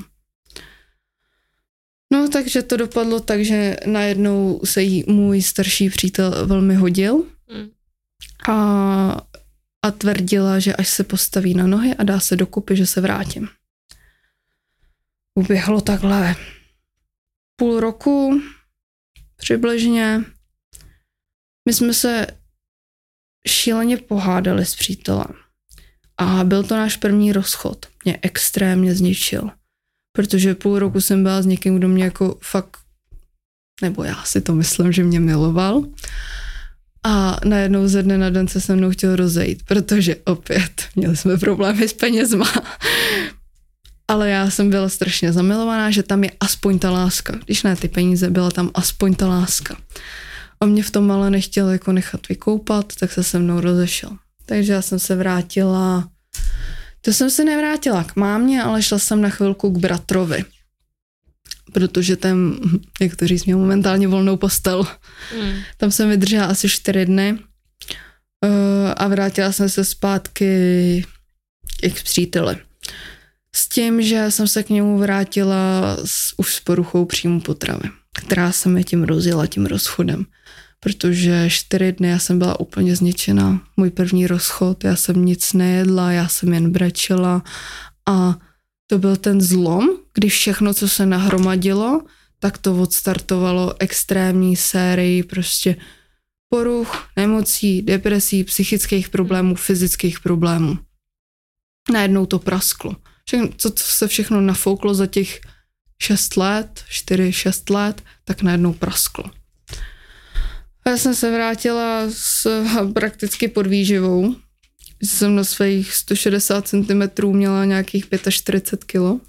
No, takže to dopadlo tak, že najednou se jí můj starší přítel velmi hodil a tvrdila, že až se postaví na nohy a dá se dokupy, že se vrátím. Uběhlo takhle půl roku přibližně. My jsme se šíleně pohádali s přítelem. A byl to náš první rozchod. Mě extrémně zničil. Protože půl roku jsem byla s někým, kdo mě jako fakt, nebo já si to myslím, že mě miloval. A najednou ze dne na den se se mnou chtěl rozejít, protože opět měli jsme problémy s penězma. Ale já jsem byla strašně zamilovaná, že tam je aspoň ta láska. Když ne ty peníze, byla tam aspoň ta láska. On mě v tom ale nechtěl jako nechat vykoupat, tak se mnou rozešel. Takže já jsem se vrátila, to jsem se nevrátila k mámě, ale šla jsem na chvilku k bratrovi. Protože ten, jak to říct, měl momentálně volnou postel. Tam jsem vydržela asi 4 dny a vrátila jsem se zpátky k příteli. S tím, že jsem se k němu vrátila už s poruchou příjmu potravy, která se mi tím rozjela, tím rozchodem. Protože 4 dny já jsem byla úplně zničená. Můj první rozchod, já jsem nic nejedla, já jsem jen brečela a to byl ten zlom, kdy všechno, co se nahromadilo, tak to odstartovalo extrémní sérii prostě poruch, nemocí, depresí, psychických problémů, fyzických problémů. Najednou to prasklo. Co se všechno nafouklo za těch 6 let, 4-6 let, tak najednou prasklo. Já jsem se vrátila prakticky pod výživou. Jsem na svých 160 cm měla nějakých 45 kg.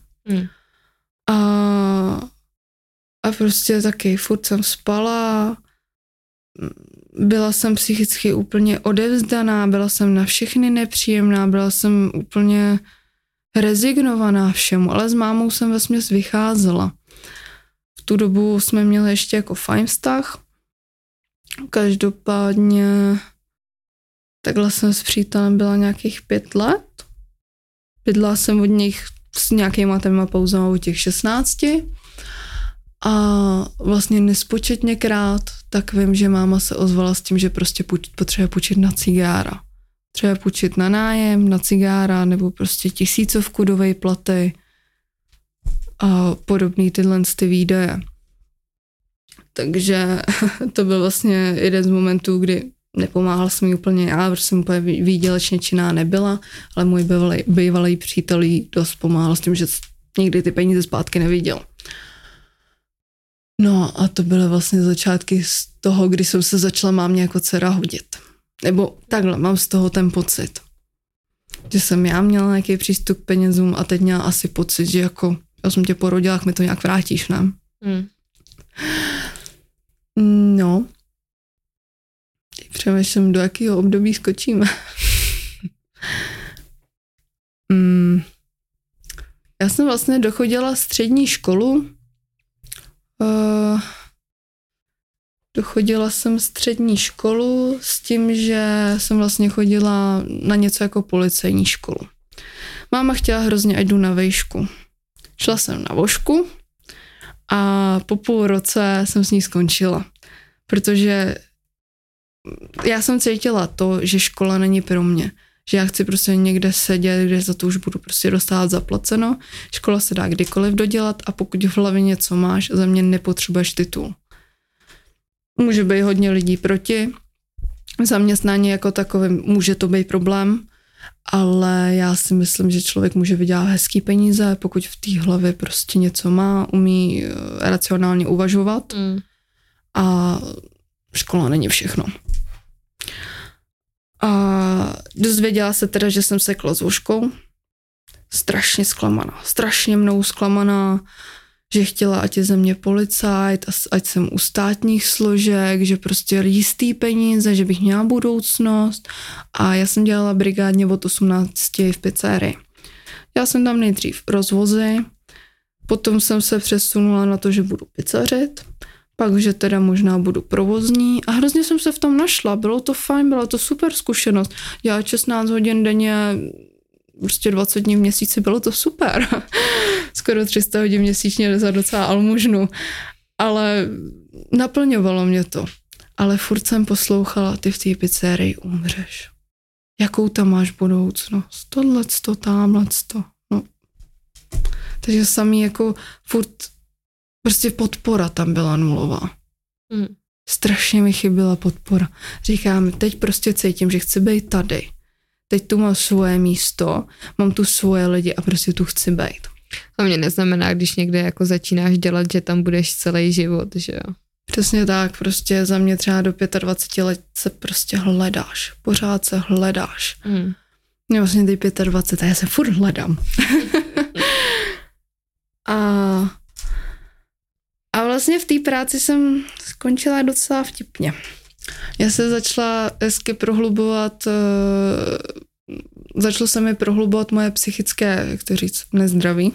A prostě taky furt jsem spala. Byla jsem psychicky úplně odevzdaná, byla jsem na všechny nepříjemná, byla jsem úplně rezignovaná všemu, ale s mámou jsem vesměs vycházela. V tu dobu jsme měli ještě jako fajn vztah. Každopádně takhle jsem s přítelem byla nějakých 5 let. Bydla jsem od nich s nějakýma téma pauzama od těch 16. A vlastně nespočetněkrát tak vím, že máma se ozvala s tím, že prostě potřebuje půjčit na cigára. Třeba půjčit na nájem, na cigára nebo prostě 1000 do vejplaty a podobný tyhle ty výdaje. Takže to byl vlastně jeden z momentů, kdy nepomáhal jsem jí úplně já, protože jsem úplně výdělečně činná nebyla, ale můj bývalý přítel jí dost pomáhal s tím, že nikdy ty peníze zpátky neviděl. No a to byly vlastně začátky z toho, kdy jsem se začala mámě jako dcera hodit. Nebo takhle, mám z toho ten pocit, že jsem já měla nějaký přístup k penězům a teď měla asi pocit, že jako já jsem tě porodila, jak mi to nějak vrátíš, ne? No. Přemýšlím, do jakého období skočíme. Já jsem vlastně dochodila střední školu. Dochodila jsem střední školu s tím, že jsem vlastně chodila na něco jako policejní školu. Máma chtěla hrozně, ať jdu na vejšku. Šla jsem na vošku a po půl roce jsem s ní skončila. Protože já jsem cítila to, že škola není pro mě. Že já chci prostě někde sedět, kde za to už budu prostě dostávat zaplaceno. Škola se dá kdykoliv dodělat a pokud v hlavě něco máš, za mě nepotřebuješ titul. Může být hodně lidí proti. Zaměstnání jako takové může to být problém, ale já si myslím, že člověk může vydělat hezký peníze, pokud v té hlavě prostě něco má, umí racionálně uvažovat a škola není všechno. A dozvěděla se teda, že jsem sekla s voškou. Strašně zklamaná, strašně mnou zklamaná, že chtěla, ať je ze mě policajt, ať jsem u státních složek, že prostě jistý peníze, že bych měla budoucnost. A já jsem dělala brigádně od 18 v pizzerii. Já jsem tam nejdřív rozvozy, potom jsem se přesunula na to, že budu pizzařit, pak, že teda možná budu provozní a hrozně jsem se v tom našla, bylo to fajn, byla to super zkušenost. Dělat 16 hodin denně, prostě 20 dní v měsíci, bylo to super. Skoro 300 hodin měsíčně za docela almužnu, ale naplňovalo mě to. Ale furt jsem poslouchala, ty v té pizzerii umřeš. Jakou tam máš budoucnost? Tohleto, támhleto. No. Takže samý jako furt prostě podpora tam byla nulová. Strašně mi chyběla podpora. Říkám, teď prostě cítím, že chci být tady. Teď tu mám svoje místo, mám tu svoje lidi a prostě tu chci být.
To mě neznamená, když někde jako začínáš dělat, že tam budeš celý život, že jo?
Přesně tak, prostě za mě třeba do 25 let se prostě hledáš, pořád se hledáš. Mě vlastně teď 25 a já se furt hledám. A vlastně v té práci jsem skončila docela vtipně. Já se začala hezky prohlubovat, začalo se mi prohlubovat moje psychické, jak to říct, nezdraví.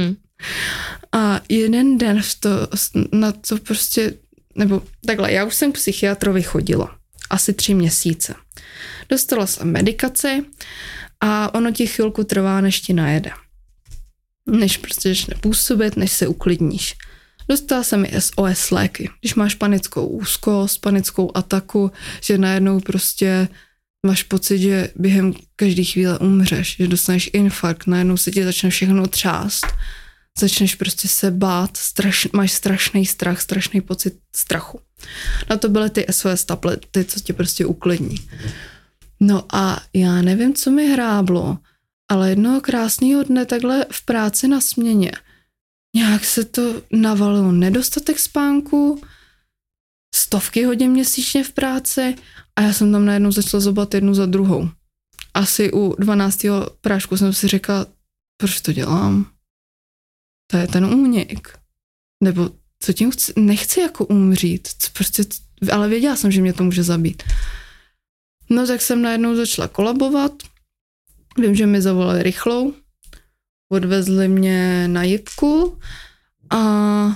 A jeden den na to prostě, nebo takhle, já už jsem k psychiatrovi chodila asi 3 měsíce. Dostala jsem medikaci a ono ti chvilku trvá, než ti najede. Než prostě začne působit, než se uklidníš. Dostala jsem i SOS léky. Když máš panickou úzkost, panickou ataku, že najednou prostě máš pocit, že během každé chvíle umřeš, že dostaneš infarkt, najednou se ti začne všechno třást. Začneš prostě se bát, máš strašný strach, strašný pocit strachu. Na to byly ty SOS tablety, co tě prostě uklidní. No a já nevím, co mi hráblo, ale jednoho krásného dne takhle v práci na směně nějak se to navalilo, nedostatek spánku, 100 hodin měsíčně v práci a já jsem tam najednou začala zobat jednu za druhou. Asi u 12. prášku jsem si řekla, proč to dělám? To je ten únik. Nebo co tím nechci jako umřít, prostě, ale věděla jsem, že mě to může zabít. No tak jsem najednou začala kolabovat, vím, že mi zavolali rychlou, odvezli mě na jipku a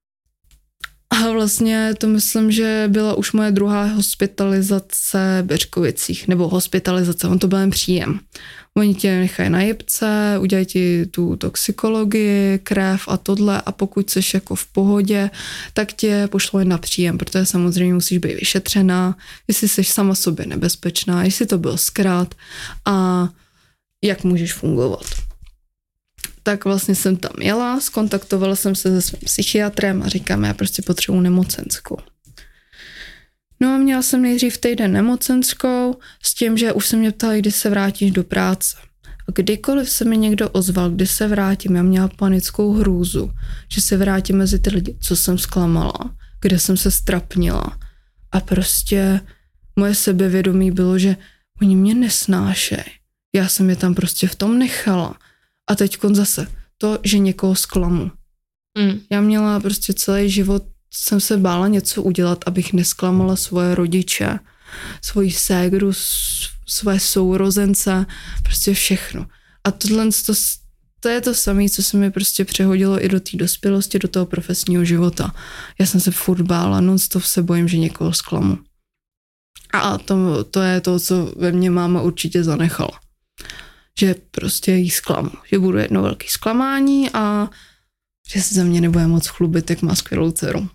vlastně to myslím, že byla už moje druhá hospitalizace v Bečkovicích, nebo hospitalizace, on to byl jen příjem. Oni tě nechají na jipce, udělají ti tu toxikologii, krev a tohle a pokud jsi jako v pohodě, tak tě pošlou jen na příjem, protože samozřejmě musíš být vyšetřená, jestli jsi sama sobě nebezpečná, jestli to byl zkrát a jak můžeš fungovat. Tak vlastně jsem tam jela, skontaktovala jsem se se svým psychiatrem a říkám, já prostě potřebuji nemocenskou. No a měla jsem nejdřív týden nemocenskou s tím, že už se mě ptali, kdy se vrátíš do práce. A kdykoliv se mi někdo ozval, kdy se vrátím, já měla panickou hrůzu, že se vrátím mezi ty lidi, co jsem zklamala, kde jsem se strapnila. A prostě moje sebevědomí bylo, že oni mě nesnášej. Já jsem je tam prostě v tom nechala. A teďkon zase to, že někoho zklamu. Já měla prostě celý život, jsem se bála něco udělat, abych nesklamala svoje rodiče, svoji ségru, svoje sourozence, prostě všechno. A tohle, to je to samé, co se mi prostě přehodilo i do té dospělosti, do toho profesního života. Já jsem se furt bála, non-stop se bojím, že někoho zklamu. A to je to, co ve mně máma určitě zanechala. Že prostě jí zklamu, že budu jedno velké zklamání a že se ze mě nebude moc chlubit, jak má skvělou dceru.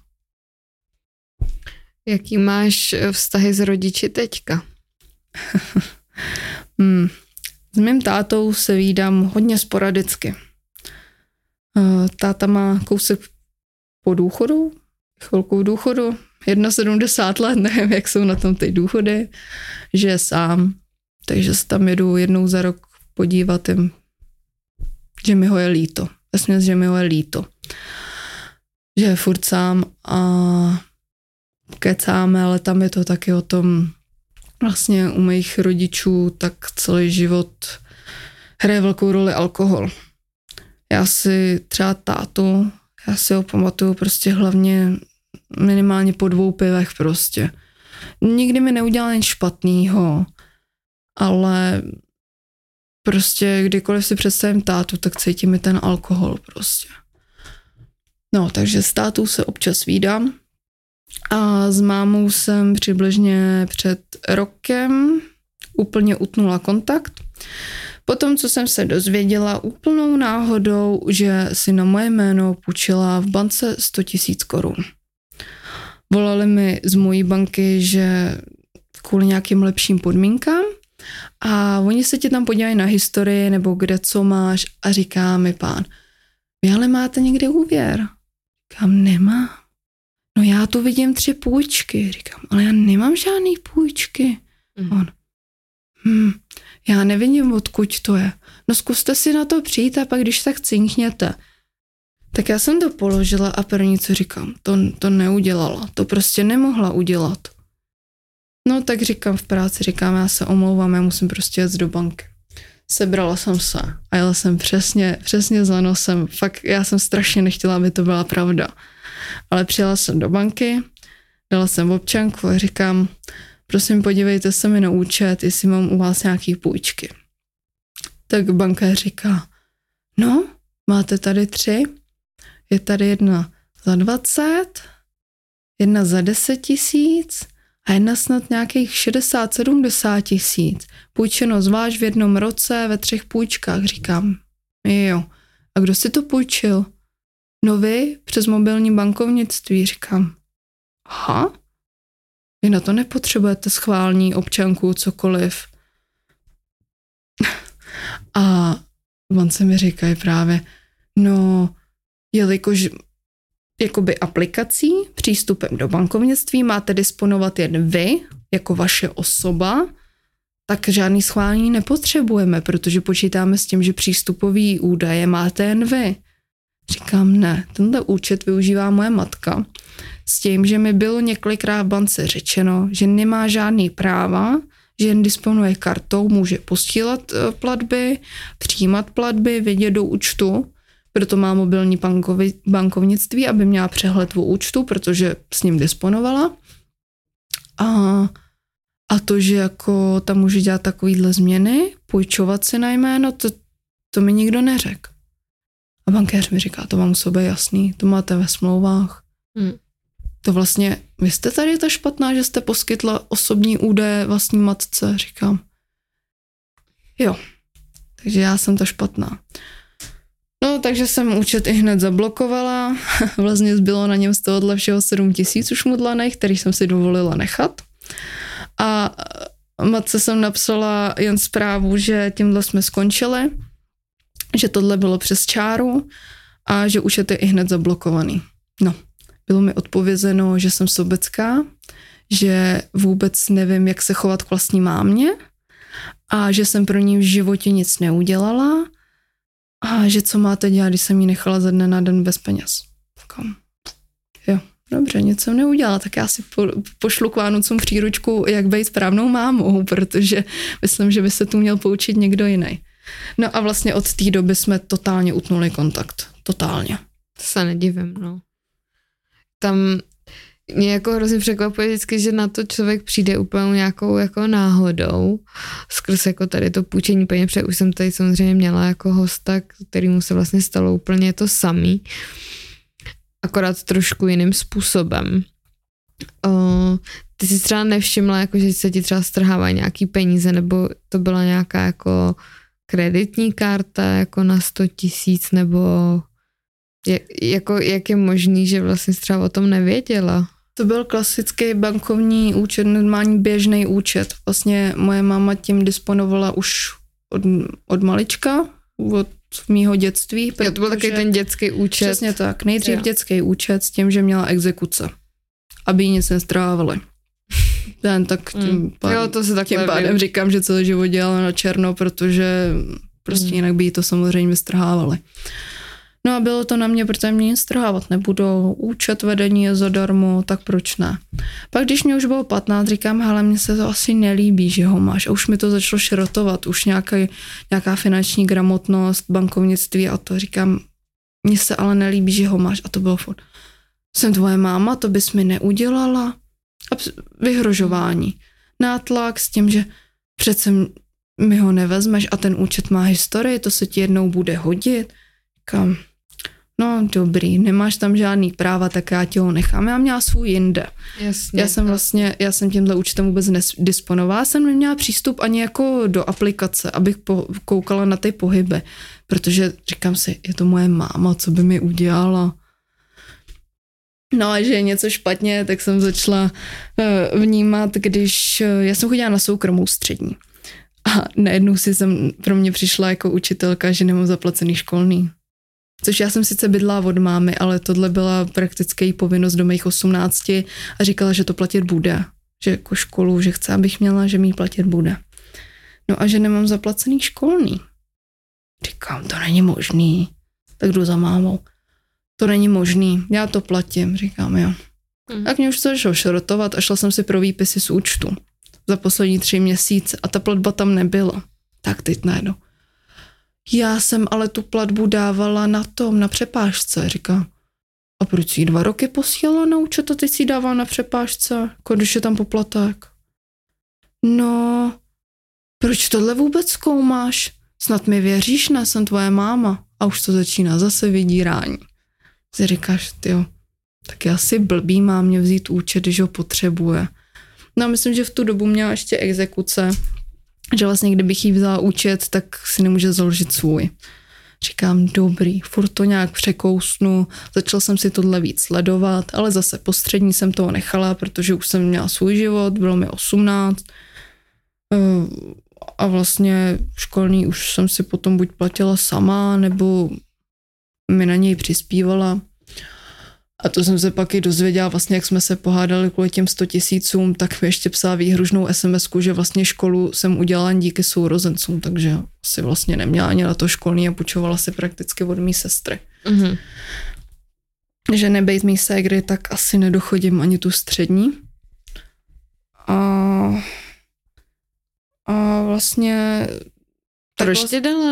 Jaký máš vztahy s rodiči teďka?
S mým tátou se vídám hodně sporadicky. Táta má kousek po důchodu, chvilku v důchodu, 71 let, nevím, jak jsou na tom ty důchody, že je sám, takže se tam jedu jednou za rok podívat jim, že mi ho je líto. Vesměs, že mi ho je líto. Že je furt sám a kecáme, ale tam je to taky o tom, vlastně u mých rodičů tak celý život hraje velkou roli alkohol. Já si třeba tátu, já si ho pamatuju prostě hlavně minimálně po 2 pivech prostě. Nikdy mi neudělal nic špatnýho, ale prostě kdykoliv si představím tátu, tak cítím mi ten alkohol prostě. No, takže s tátou se občas vídám a s mámou jsem přibližně před rokem úplně utnula kontakt. Potom, co jsem se dozvěděla úplnou náhodou, že si na moje jméno půjčila v bance 100 000 korun. Volali mi z mojí banky, že kvůli nějakým lepším podmínkám a oni se ti tam podívají na historii nebo kde co máš a říká mi pán, vy ale máte někde úvěr? Říkám, nemám. No já tu vidím 3 půjčky. Říkám, ale já nemám žádný půjčky. On, já nevidím, odkud to je. No zkuste si na to přijít a pak když tak cinkněte. Tak já jsem to položila a první, co říkám, to neudělala. To prostě nemohla udělat. No tak říkám v práci, já se omlouvám, já musím prostě jet do banky. sebrala jsem se a jela jsem přesně za nosem. Fakt já jsem strašně nechtěla, aby to byla pravda. Ale přijela jsem do banky, dala jsem občanku a říkám, prosím, podívejte se mi na účet, jestli mám u vás nějaký půjčky. Tak banka říká, no, máte tady 3, je tady jedna za 20, jedna za 10 000 a jedna snad nějakých 60-70 000. Půjčeno zvlášť v jednom roce ve 3 půjčkách. Říkám, jo. A kdo si to půjčil? No vy, přes mobilní bankovnictví. Říkám, aha, vy na to nepotřebujete schválení, občanku, cokoliv. A on se mi říkají právě, no, jelikož jakoby aplikací, přístupem do bankovnictví máte disponovat jen vy, jako vaše osoba, tak žádný schválení nepotřebujeme, protože počítáme s tím, že přístupový údaje máte jen vy. Říkám, ne, tenhle účet využívá moje matka s tím, že mi bylo několikrát v bance řečeno, že nemá žádný práva, že jen disponuje kartou, může posílat platby, přijímat platby, vidět do účtu, proto má mobilní bankovnictví, aby měla přehled o účtu, protože s ním disponovala. A to, že jako tam může dělat takovýhle změny, půjčovat si na jméno, to mi nikdo neřekl. A bankéř mi říká, to vám musí být jasný, to máte ve smlouvách. To vlastně, vy jste tady ta špatná, že jste poskytla osobní údaje vlastní matce, říkám. Jo, takže já jsem ta špatná. No, takže jsem účet i hned zablokovala. Vlastně zbylo na něm z tohohle všeho 7 000 už mudlaných, který jsem si dovolila nechat. A matce jsem napsala jen zprávu, že tímhle jsme skončili, že tohle bylo přes čáru a že účet je i hned zablokovaný. No, bylo mi odpovězeno, že jsem sobecká, že vůbec nevím, jak se chovat k vlastní mámě a že jsem pro ní v životě nic neudělala a že co máte dělat, když jsem ji nechala ze dne na den bez peněz. Takam. Jo, dobře, nic jsem neudělala, tak já si pošlu k Vánocům příručku, jak být správnou mámou, protože myslím, že by se tu měl poučit někdo jiný. No a vlastně od té doby jsme totálně utnuli kontakt. Totálně.
To se nedivím, no. Tam mě jako hrozně překvapuje vždycky, že na to člověk přijde úplně nějakou jako náhodou, skrz jako tady to půjčení peněz, protože už jsem tady samozřejmě měla jako hosta, kterýmu se vlastně stalo úplně to samý, akorát trošku jiným způsobem. Ty jsi třeba nevšimla, jako, že se ti třeba strhávají nějaký peníze, nebo to byla nějaká jako kreditní karta jako na 100 000, nebo jak je možný, že vlastně třeba o tom nevěděla?
To byl klasický bankovní účet, normální běžný účet. Vlastně moje máma tím disponovala už od malička, od mýho dětství.
To byl takový ten dětský účet.
Přesně tak. Nejdřív dětský účet s tím, že měla exekuce, aby jí nic nestrávali. Tak tím pádem říkám, že celý život dělala na černo, protože prostě jinak by jí to samozřejmě vystrhávali. No a bylo to na mě, protože mě nic strhávat nebudou, účet vedení je zadarmo, tak proč ne. Pak když mě už bylo 15, říkám, hele, mně se to asi nelíbí, že ho máš. A už mi to začalo šrotovat, už nějaká finanční gramotnost, bankovnictví a to říkám, mně se ale nelíbí, že ho máš. A to bylo furt, jsem tvoje máma, to bys mi neudělala. A vyhrožování. Nátlak s tím, že přece mi ho nevezmeš a ten účet má historii, to se ti jednou bude hodit. Říkám, no dobrý, nemáš tam žádný práva, tak já ti ho nechám. Já měla svůj jinde.
Jasně,
já jsem tímhle účtem vůbec nedisponovala, jsem neměla přístup ani jako do aplikace, abych koukala na ty pohyby, protože říkám si, je to moje máma, co by mi udělala. No a že je něco špatně, tak jsem začala vnímat, když já jsem chodila na soukromou střední. A najednou pro mě přišla jako učitelka, že nemám zaplacený školný. Což já jsem sice bydla od mámy, ale tohle byla prakticky povinnost do mých 18 a říkala, že to platit bude. Že jako školu, že chce, abych měla, že mi ji platit bude. No a že nemám zaplacený školný. Říkám, to není možný. Tak jdu za mámou. To není možný, já to platím, říkám, jo. Tak mě už to začalo šrotovat a šla jsem si pro výpisy z účtu za poslední 3 měsíce a ta platba tam nebyla. Tak teď najednou. já jsem ale tu platbu dávala na přepážce, říká. A proč jsi 2 roky posílala na účet a teď si dává na přepážce, když je tam poplatek? No, proč tohle vůbec zkoumáš? Snad mi věříš, ne, jsem tvoje máma. A už to začíná zase vydírání. Si říkáš, tyjo, tak je asi blbý má mě vzít účet, když ho potřebuje. No a myslím, že v tu dobu měla ještě exekuce, že vlastně kdybych jí vzala účet, tak si nemůže založit svůj. Říkám, dobrý, furt to nějak překousnu, začal jsem si tohle víc sledovat, ale zase po střední jsem toho nechala, protože už jsem měla svůj život, bylo mi 18 a vlastně školní už jsem si potom buď platila sama, nebo mi na něj přispívala. A to jsem se pak i dozvěděla, vlastně jak jsme se pohádali kvůli těm 100 000, tak mi ještě psala výhružnou SMS-ku, že vlastně školu jsem udělala díky sourozencům, takže asi vlastně neměla ani na to školní a půjčovala si prakticky od mý sestry. Mm-hmm. Že nebejt mý ségry, tak asi nedochodím ani tu střední. A vlastně...
Proč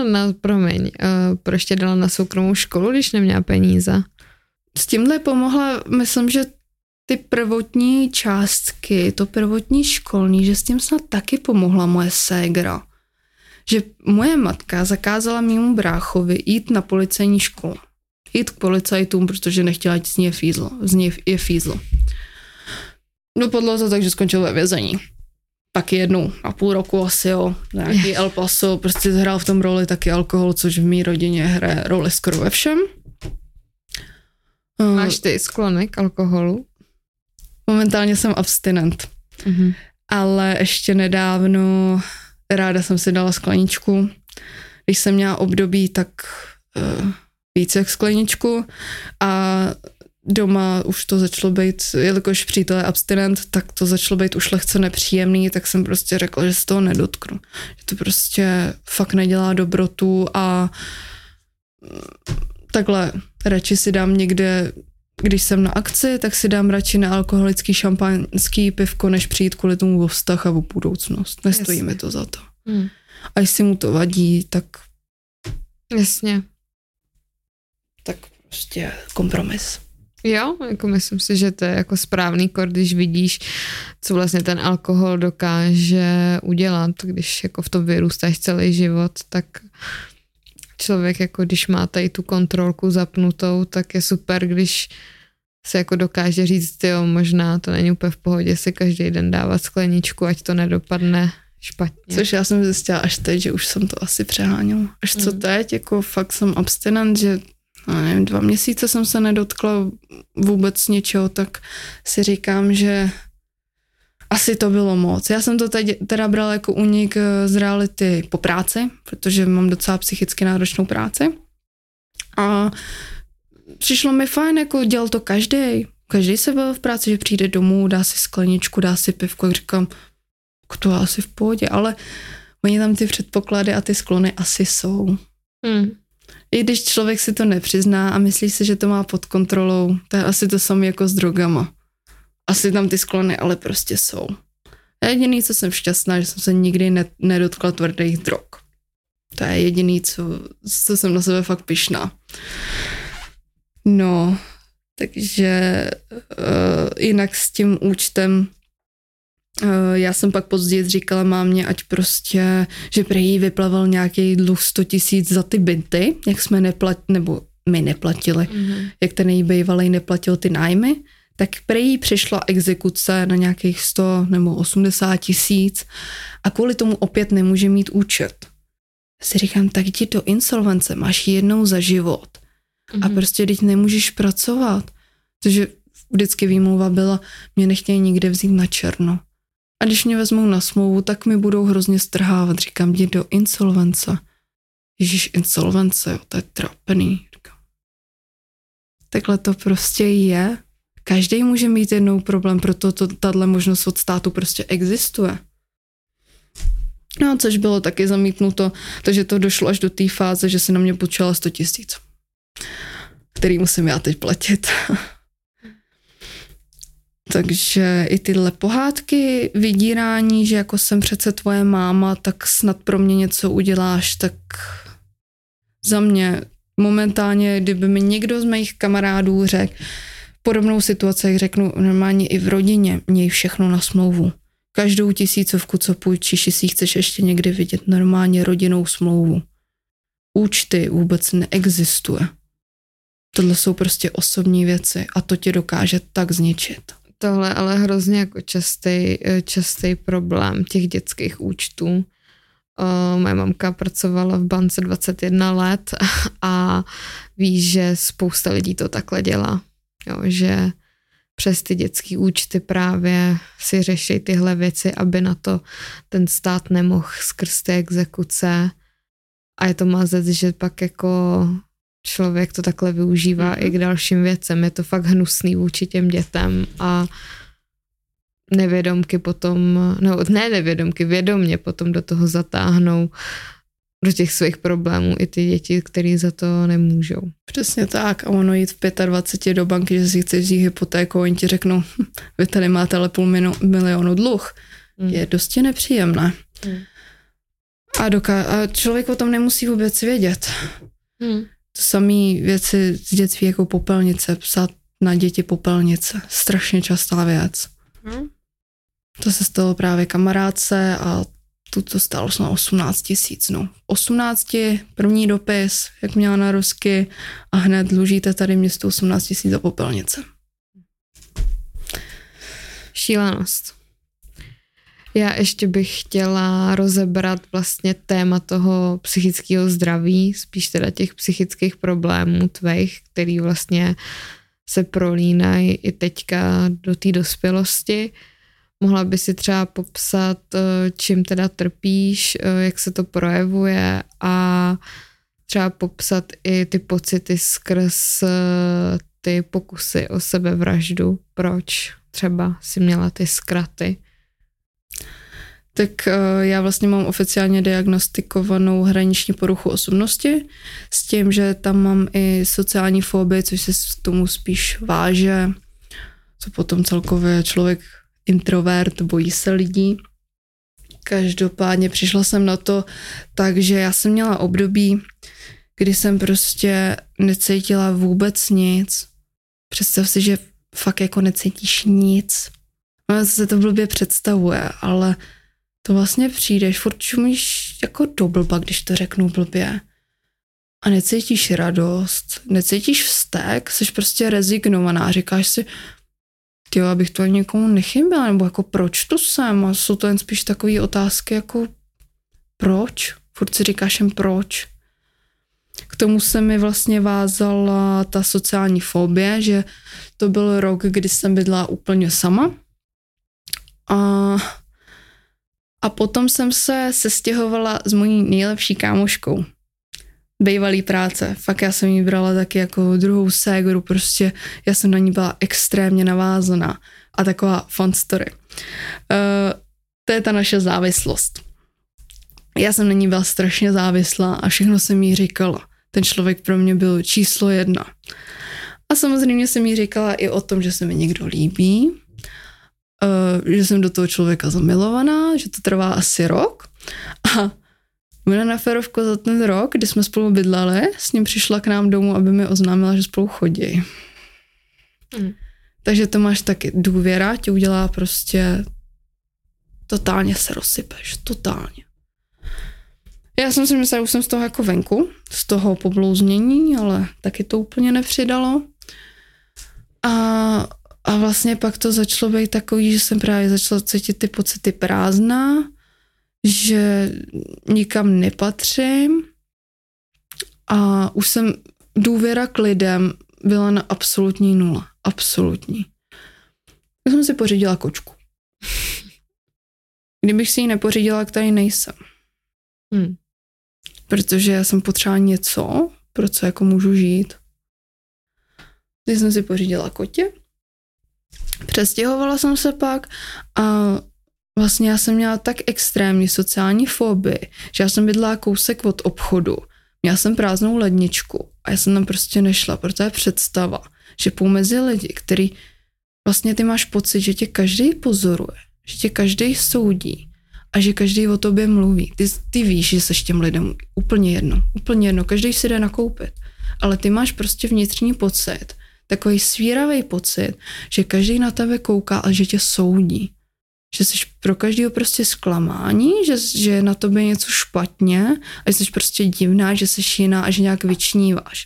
tě dala na soukromou školu, když neměla peníze?
S tímhle pomohla, myslím, že ty prvotní částky, to prvotní školní, že s tím snad taky pomohla moje ségra. Že moje matka zakázala mému bráchovi jít na policejní školu. Jít k policajtům, protože nechtěla, ať z ní je fízlo. Dopadlo to tak, že skončil ve vězení. Taky 1,5 roku asi, jo, nějaký El Paso, prostě hrál v tom roli taky alkohol, což v mý rodině hraje roli skoro ve všem.
Máš ty sklony k alkoholu?
Momentálně jsem abstinent, ale ještě nedávno ráda jsem si dala skleničku. Když jsem měla období, tak více jak skleničku a doma už to začalo být, jelikož přítel je abstinent, tak to začalo být už lehce nepříjemný, tak jsem prostě řekla, že se toho nedotknu. Že to prostě fakt nedělá dobrotu a takhle radši si dám někde, když jsem na akci, tak si dám radši nealkoholický šampaňský pivko, než přijít kvůli tomu o vztah a o budoucnost. Nestojí mi to za to. A jestli mu to vadí, tak...
Jasně.
Tak prostě kompromis.
Jo, jako myslím si, že to je jako správný kor, když vidíš, co vlastně ten alkohol dokáže udělat, když jako v tom vyrůstáš celý život, tak člověk jako když má tady tu kontrolku zapnutou, tak je super, když se jako dokáže říct, jo, možná to není úplně v pohodě si každý den dávat skleničku, ať to nedopadne špatně.
Což já jsem zjistila až teď, že už jsem to asi přeháněla. Až co teď, jako fakt jsem abstinent, že nevím, 2 měsíce jsem se nedotkla vůbec něčeho, tak si říkám, že asi to bylo moc. Já jsem to teda brala jako únik z reality po práci, protože mám docela psychicky náročnou práci. A přišlo mi fajn, jako dělal to každý. Každý se byl v práci, že přijde domů, dá si skleničku, dá si pivko, jak říkám, to je asi v pohodě, ale oni tam ty předpoklady a ty sklony asi jsou. I když člověk si to nepřizná a myslí si, že to má pod kontrolou, to je asi to samé jako s drogama. Asi tam ty sklony, ale prostě jsou. A jediný, co jsem šťastná, že jsem se nikdy nedotkla tvrdých drog. To je jediný, co jsem na sebe fakt pyšná. No, takže jinak s tím účtem já jsem pak později říkala mámě, ať prostě, že prý jí vyplaval nějaký dluh 100 000 za ty byty, jak jsme nebo my neplatili, jak ten její bývalej neplatil ty nájmy, tak prý jí přišla exekuce na nějakých 100 nebo 80 000 a kvůli tomu opět nemůže mít účet. Já si říkám, tak jdi do insolvence, máš jednou za život a prostě teď nemůžeš pracovat. Takže vždycky výmluva byla, mě nechtějí nikde vzít na černo. A když mě vezmou na smlouvu, tak mi budou hrozně strhávat. Říkám, jdi do insolvence. Ježíš, insolvence, jo, to je trápený. Takhle to prostě je. Každý může mít jednou problém, proto tato možnost od státu prostě existuje. No, což bylo taky zamítnuto, takže to došlo až do té fáze, že se na mě půjčila 100 000, který musím já teď platit. Takže i tyhle pohádky, vydírání, že jako jsem přece tvoje máma, tak snad pro mě něco uděláš, tak Za mě momentálně, kdyby mi někdo z mých kamarádů řekl podobnou situaci, jak řeknu normálně i v rodině, měj všechno na smlouvu. Každou 1000, co půjčíš, jestli chceš ještě někdy vidět normálně rodinnou smlouvu. Účty vůbec neexistuje. Tohle jsou prostě osobní věci a to tě dokáže tak zničit.
Tohle ale hrozně jako častý problém těch dětských účtů. Moje mamka pracovala v bance 21 let a ví, že spousta lidí to takhle dělá. Jo, že přes ty dětský účty právě si řeší tyhle věci, aby na to ten stát nemohl skrz ty exekuce. A je to mazec, že pak jako člověk to takhle využívá i k dalším věcem. Je to fakt hnusný vůči těm dětem a nevědomky potom, vědomně potom do toho zatáhnou do těch svých problémů i ty děti, který za to nemůžou.
Přesně tak. A ono jít v 25 do banky, že si chceš vzít hypotéku, oni ti řeknou, vy tady máte ale $500 000 dluh. Je dosti nepříjemné. A člověk o tom nemusí vůbec vědět. To samé věci z dětství jako popelnice, psát na děti popelnice. Strašně častá věc. To se stalo právě kamarádce a to stálo na 18 000. 18, první dopis, jak měla na rusky a hned dlužíte tady město 18 000 za popelnice.
Šílenost. Já ještě bych chtěla rozebrat vlastně téma toho psychického zdraví, spíš teda těch psychických problémů tvých, který vlastně se prolínají i teďka do té dospělosti. Mohla by si třeba popsat, čím teda trpíš, jak se to projevuje a třeba popsat i ty pocity skrz ty pokusy o sebevraždu. Proč třeba si měla ty zkraty?
Tak já vlastně mám oficiálně diagnostikovanou hraniční poruchu osobnosti s tím, že tam mám i sociální fobii, což se k tomu spíš váže, co potom celkově člověk introvert, bojí se lidí. Každopádně přišla jsem na to, takže já jsem měla období, kdy jsem prostě necítila vůbec nic. Představ si, že fakt jako necítíš nic. Ono se to blbě představuje, ale to vlastně přijdeš, furt čumíš jako do blba, když to řeknu blbě. A necítíš radost, necítíš vztek, jsi prostě rezignovaná, říkáš si, tyjo, abych to někomu nechyběla, nebo jako proč tu jsem? A jsou to jen spíš takové otázky jako proč? Furt si říkáš jen proč? K tomu se mi vlastně vázala ta sociální fobie, že to byl rok, kdy jsem bydlela úplně sama. A potom jsem se sestěhovala s mojí nejlepší kámoškou. Bývalý práce. Fakt já jsem jí brala taky jako druhou ségru, prostě já jsem na ní byla extrémně navázaná. A taková fun story. To je ta naše závislost. Já jsem na ní byla strašně závislá a všechno jsem jí říkala. Ten člověk pro mě byl číslo 1. A samozřejmě jsem jí říkala i o tom, že se mi někdo líbí, že jsem do toho člověka zamilovaná, že to trvá asi rok. A ona na férovku za ten rok, kdy jsme spolu bydleli, s ním přišla k nám domů, aby mi oznámila, že spolu chodí. Takže to máš taky důvěra, ti udělá prostě totálně se rozsypeš, totálně. Já jsem si myslela, že už jsem z toho jako venku, z toho poblouznění, ale taky to úplně nepřidalo. A vlastně pak to začalo být takový, že jsem právě začala cítit ty pocity prázdná, že nikam nepatřím a už jsem důvěra k lidem byla na absolutní nula. Absolutní. Já jsem si pořídila kočku. Kdybych si ji nepořídila, tak tady nejsem. Protože já jsem potřebovala něco, pro co jako můžu žít. Teď jsem si pořídila kotě. Přestěhovala jsem se pak a vlastně já jsem měla tak extrémní sociální fobii, že já jsem bydlela kousek od obchodu. Měla jsem prázdnou ledničku a já jsem tam prostě nešla, protože je představa, že půjdu mezi lidi, který vlastně ty máš pocit, že tě každý pozoruje, že tě každý soudí a že každý o tobě mluví. Ty víš, že seš těm lidem úplně jedno, každý si jde nakoupit, ale ty máš prostě vnitřní pocit, takový svíravý pocit, že každý na tebe kouká a že tě soudí. Že jsi pro každého prostě zklamání, že je na tobě něco špatně a že jsi prostě divná, že jsi jiná a že nějak vyčníváš.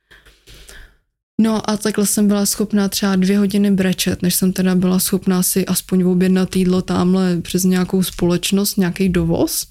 No a takhle jsem byla schopná třeba 2 hodiny brečet, než jsem teda byla schopná si aspoň objednat jídlo tamhle přes nějakou společnost, nějaký dovoz.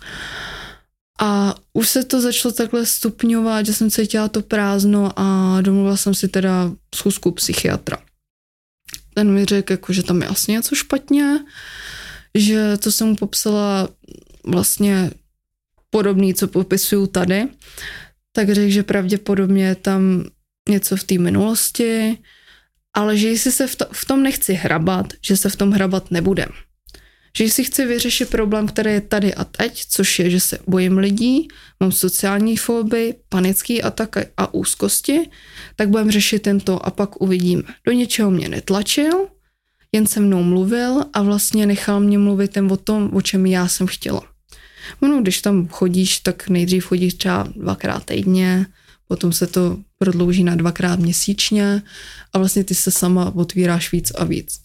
A už se to začalo takhle stupňovat, že jsem cítila to prázdno a domluvila jsem si teda schůzku psychiatra. Ten mi řekl, jako, že tam je asi něco špatně, že to jsem mu popsala vlastně podobný, co popisuju tady, tak řekl, že pravděpodobně je tam něco v té minulosti, ale že jestli se v tom nechci hrabat, že se v tom hrabat nebudem. Že si chci vyřešit problém, který je tady a teď, což je, že se bojím lidí, mám sociální fobii, panické ataky a úzkosti, tak budeme řešit tento a pak uvidíme. Do něčeho mě netlačil, jen se mnou mluvil a vlastně nechal mě mluvit jen o tom, o čem já jsem chtěla. No, když tam chodíš, tak nejdřív chodíš třeba 2krát týdně, potom se to prodlouží na 2krát měsíčně a vlastně ty se sama otvíráš víc a víc.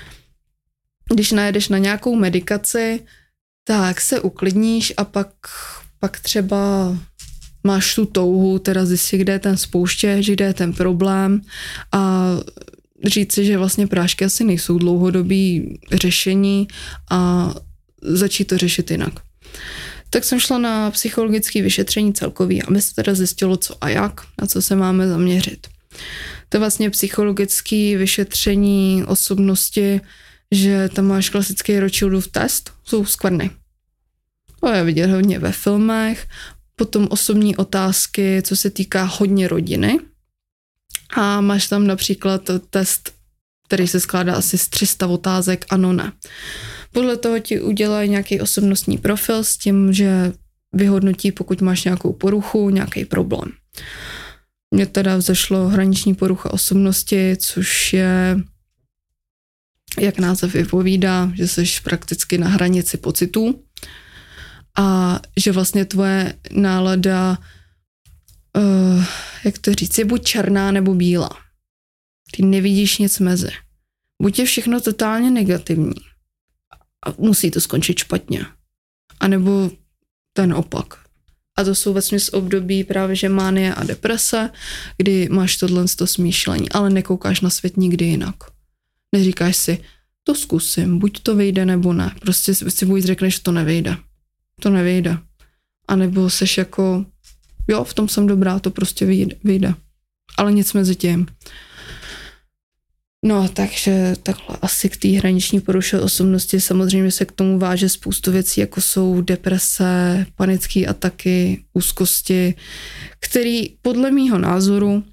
Když najedeš na nějakou medikaci, tak se uklidníš a pak třeba máš tu touhu, teda zjistit, kde je ten spouštěč, kde je ten problém a říct si, že vlastně prášky asi nejsou dlouhodobý řešení a začít to řešit jinak. Tak jsem šla na psychologické vyšetření celkový, aby se teda zjistilo, co a jak, na co se máme zaměřit. To je vlastně psychologické vyšetření osobnosti, že tam máš klasický Rothschildův test, jsou skvrny. To je vidět hodně ve filmech, potom osobní otázky, co se týká hodně rodiny. A máš tam například test, který se skládá asi z 300 otázek, ano, ne. Podle toho ti udělají nějaký osobnostní profil s tím, že vyhodnotí, pokud máš nějakou poruchu, nějaký problém. Mně teda vzešlo hraniční porucha osobnosti, což je, jak název vypovídá, že jsi prakticky na hranici pocitů a že vlastně tvoje nálada, jak to říct, je buď černá nebo bílá. Ty nevidíš nic mezi. Buď je všechno totálně negativní a musí to skončit špatně. A nebo ten opak. A to jsou vlastně z období právě, že mánie a deprese, kdy máš tohle smýšlení, ale nekoukáš na svět nikdy jinak. Neříkáš si, to zkusím, buď to vyjde nebo ne. Prostě si buď řekneš, že to nevyjde. To nevyjde. A nebo seš jako, jo, v tom jsem dobrá, to prostě vyjde. Ale nic mezi tím. No, takže takhle asi k té hraniční poruše osobnosti samozřejmě se k tomu váže spoustu věcí, jako jsou deprese, panické ataky, úzkosti, který podle mýho názoru,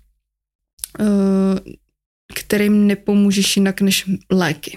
kterým nepomůžeš jinak než léky.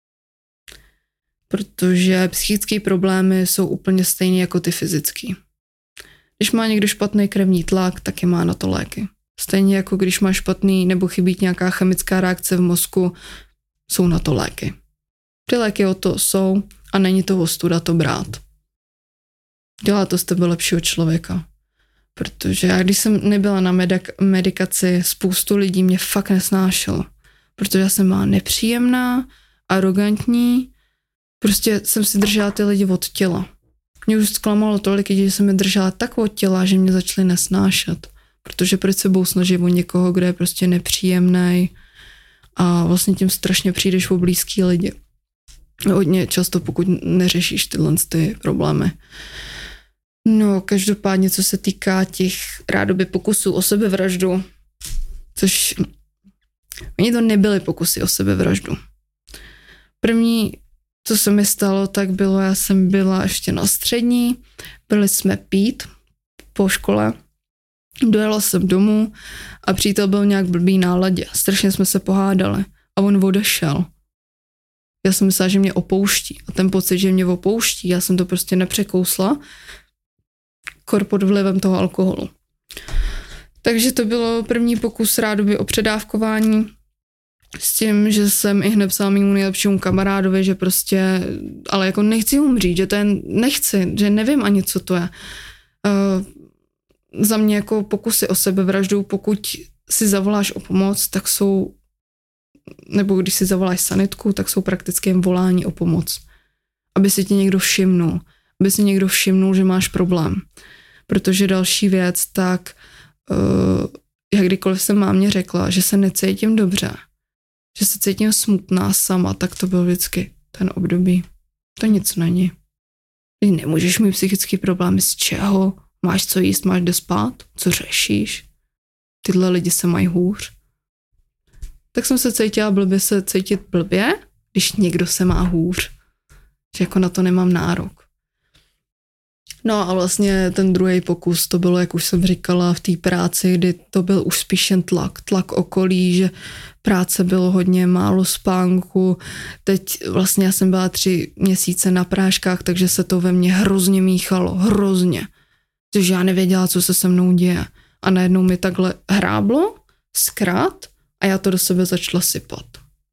Protože psychické problémy jsou úplně stejné jako ty fyzické. Když má někdo špatný krevní tlak, taky má na to léky. Stejně jako když má špatný nebo chybí nějaká chemická reakce v mozku, jsou na to léky. Ty léky o to jsou a není to ostuda to brát. Dělá to z tebe lepšího člověka. Protože já, když jsem nebyla na medikaci, spoustu lidí mě fakt nesnášelo. Protože já jsem byla nepříjemná, arrogantní, prostě jsem si držela ty lidi od těla. Mě už zklamalo tolik lidí, že jsem je držela tak od těla, že mě začaly nesnášet. Protože proč se budou snažit o někoho, kdo je prostě nepříjemný a vlastně tím strašně přijdeš o blízký lidi. Hodně často, pokud neřešíš tyhle ty problémy. No, každopádně, co se týká těch rádoby pokusů o sebevraždu, což oni to nebyly pokusy o sebevraždu. První, co se mi stalo, tak bylo, já jsem byla ještě na střední, byli jsme pít po škole, dojela jsem domů a přítel byl nějak blbý náladě. Strašně jsme se pohádali a on odešel. Já jsem myslela, že mě opouští a ten pocit, že mě opouští, já jsem to prostě nepřekousla, kor pod vlivem toho alkoholu. Takže to bylo první pokus rádoby o předávkování S tím, že jsem i hned psala mému nejlepšímu kamarádovi, že prostě, ale jako nechci umřít, že to je, nechci, že nevím ani, co to je. Za mě jako pokusy o sebevraždu, pokud si zavoláš o pomoc, tak jsou, nebo když si zavoláš sanitku, tak jsou prakticky jen volání o pomoc. Aby si ti někdo všimnul. Aby si někdo všimnul, že máš problém. Protože další věc, tak jak kdykoliv jsem mámě řekla, že se necítím dobře, že se cítím smutná sama, tak to byl vždycky ten období. To nic není. Ty nemůžeš mít psychický problém, z čeho? Máš co jíst, máš kde spát? Co řešíš? Tyhle lidi se mají hůř. Tak jsem se cítila blbě se cítit blbě, když někdo se má hůř. Že jako na to nemám nárok. No a vlastně ten druhý pokus, to bylo, jak už jsem říkala, v té práci, kdy to byl už spíš jen tlak okolí, že práce bylo hodně málo spánku. Teď vlastně já jsem byla 3 měsíce na práškách, takže se to ve mně hrozně míchalo, hrozně. Takže já nevěděla, co se se mnou děje. A najednou mi takhle hráblo, zkrát, a já to do sebe začala sypat.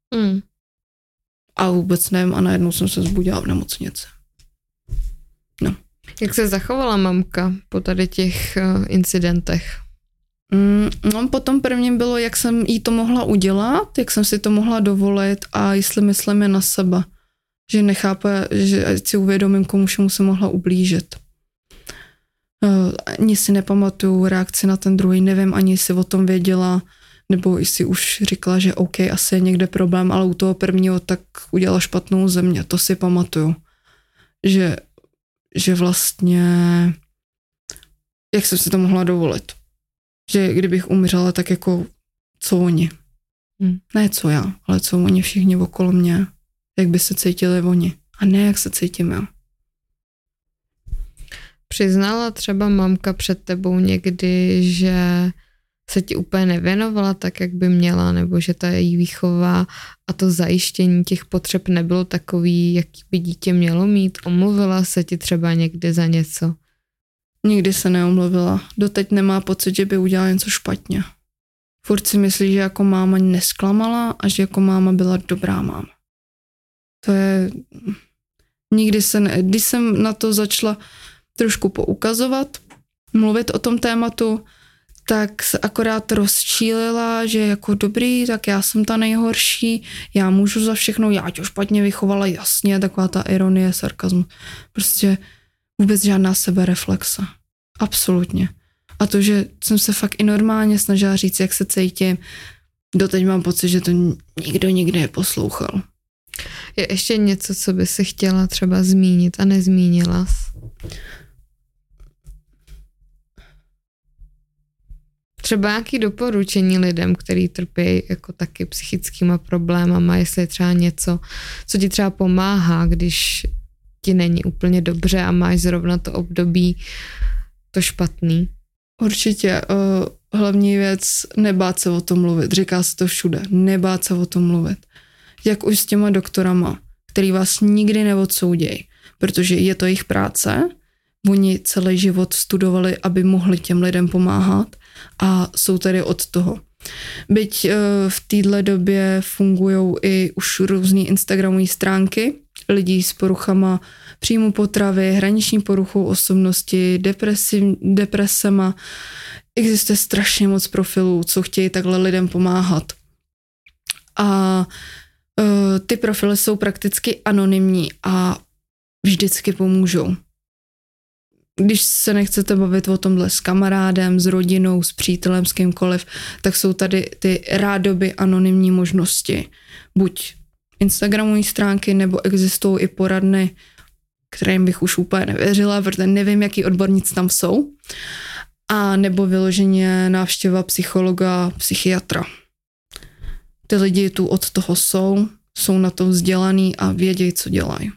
A vůbec nevím, a najednou jsem se zbudila v nemocnici. No.
Jak se zachovala mamka po tady těch incidentech?
No, potom prvním bylo, jak jsem jí to mohla udělat, jak jsem si to mohla dovolit a jestli myslíme na sebe. Že nechápe, že ať si uvědomím, komu všemu se mohla ublížit. Ani si nepamatuju reakci na ten druhý, nevím ani, jestli o tom věděla, nebo jestli už říkala, že OK, asi je někde problém, ale u toho prvního tak udělala špatnou země, to si pamatuju. Že vlastně, jak jsem si to mohla dovolit. Že kdybych umřela, tak jako co oni. Ne co já, ale co oni všichni okolo mě. Jak by se cítili oni. A ne jak se cítím já.
Přiznala třeba mamka před tebou někdy, že se ti úplně nevěnovala tak, jak by měla, nebo že ta její výchova a to zajištění těch potřeb nebylo takový, jaký by dítě mělo mít? Omluvila se ti třeba někdy za něco?
Nikdy se neomluvila. Doteď nemá pocit, že by udělala něco špatně. Furt si myslí, že jako máma nesklamala a že jako máma byla dobrá máma. To je... Nikdy se ne... Když jsem na to začala trošku poukazovat, mluvit o tom tématu, tak se akorát rozčílila, že jako dobrý, tak já jsem ta nejhorší, já můžu za všechno, já tě špatně vychovala, jasně, taková ta ironie, sarkazmus. Prostě vůbec žádná sebereflexe. Absolutně. A to, že jsem se fakt i normálně snažila říct, jak se cítím, doteď mám pocit, že to nikdo nikdy neposlouchal.
Je ještě něco, co by si chtěla třeba zmínit a nezmínila jsi? Třeba nějaké doporučení lidem, kteří trpí jako taky psychickýma problémama, jestli je třeba něco, co ti třeba pomáhá, když ti není úplně dobře a máš zrovna to období to špatný.
Určitě. Hlavní věc, nebát se o tom mluvit. Říká se to všude. Nebát se o tom mluvit. Jak už s těma doktorama, který vás nikdy neodsoudějí, protože je to jejich práce. Oni celý život studovali, aby mohli těm lidem pomáhat a jsou tady od toho. Byť v téhle době fungují i už různé instagramové stránky lidí s poruchama příjmu potravy, hraniční poruchou osobnosti, depresema. Existuje strašně moc profilů, co chtějí takhle lidem pomáhat. A ty profily jsou prakticky anonymní a vždycky pomůžou. Když se nechcete bavit o tomhle s kamarádem, s rodinou, s přítelem, s kýmkoliv, tak jsou tady ty rádoby anonymní možnosti. Buď instagramové stránky, nebo existují i poradny, kterým bych už úplně nevěřila, protože nevím, jaký odborníci tam jsou. A nebo vyloženě návštěva psychologa, psychiatra. Ty lidi tu od toho jsou na to vzdělaný a vědějí, co dělají.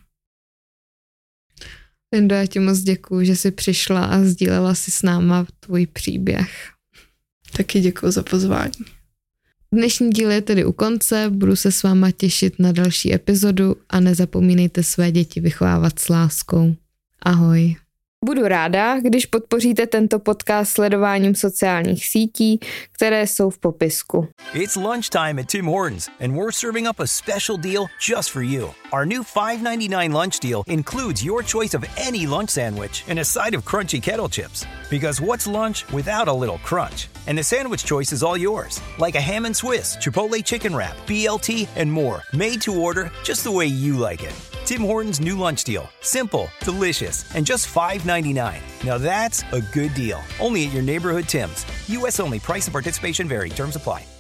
Lindo, já ti moc děkuju, že jsi přišla a sdílela si s náma tvůj příběh.
Taky děkuju za pozvání.
Dnešní díl je tedy u konce, budu se s váma těšit na další epizodu a nezapomínejte své děti vychovávat s láskou. Ahoj. Budu ráda, když podpoříte tento podcast sledováním sociálních sítí, které jsou v popisku.
It's lunchtime at Tim Hortons, and we're serving up a special deal just for you. Our new $5.99 lunch deal includes your choice of any lunch sandwich and a side of crunchy kettle chips. Because what's lunch without a little crunch? And the sandwich choice is all yours, like a ham and Swiss, Chipotle chicken wrap, BLT, and more, made to order just the way you like it. Tim Hortons' new lunch deal. Simple, delicious, and just $5.99. Now that's a good deal. Only at your neighborhood Tim's. U.S. only. Price and participation vary. Terms apply.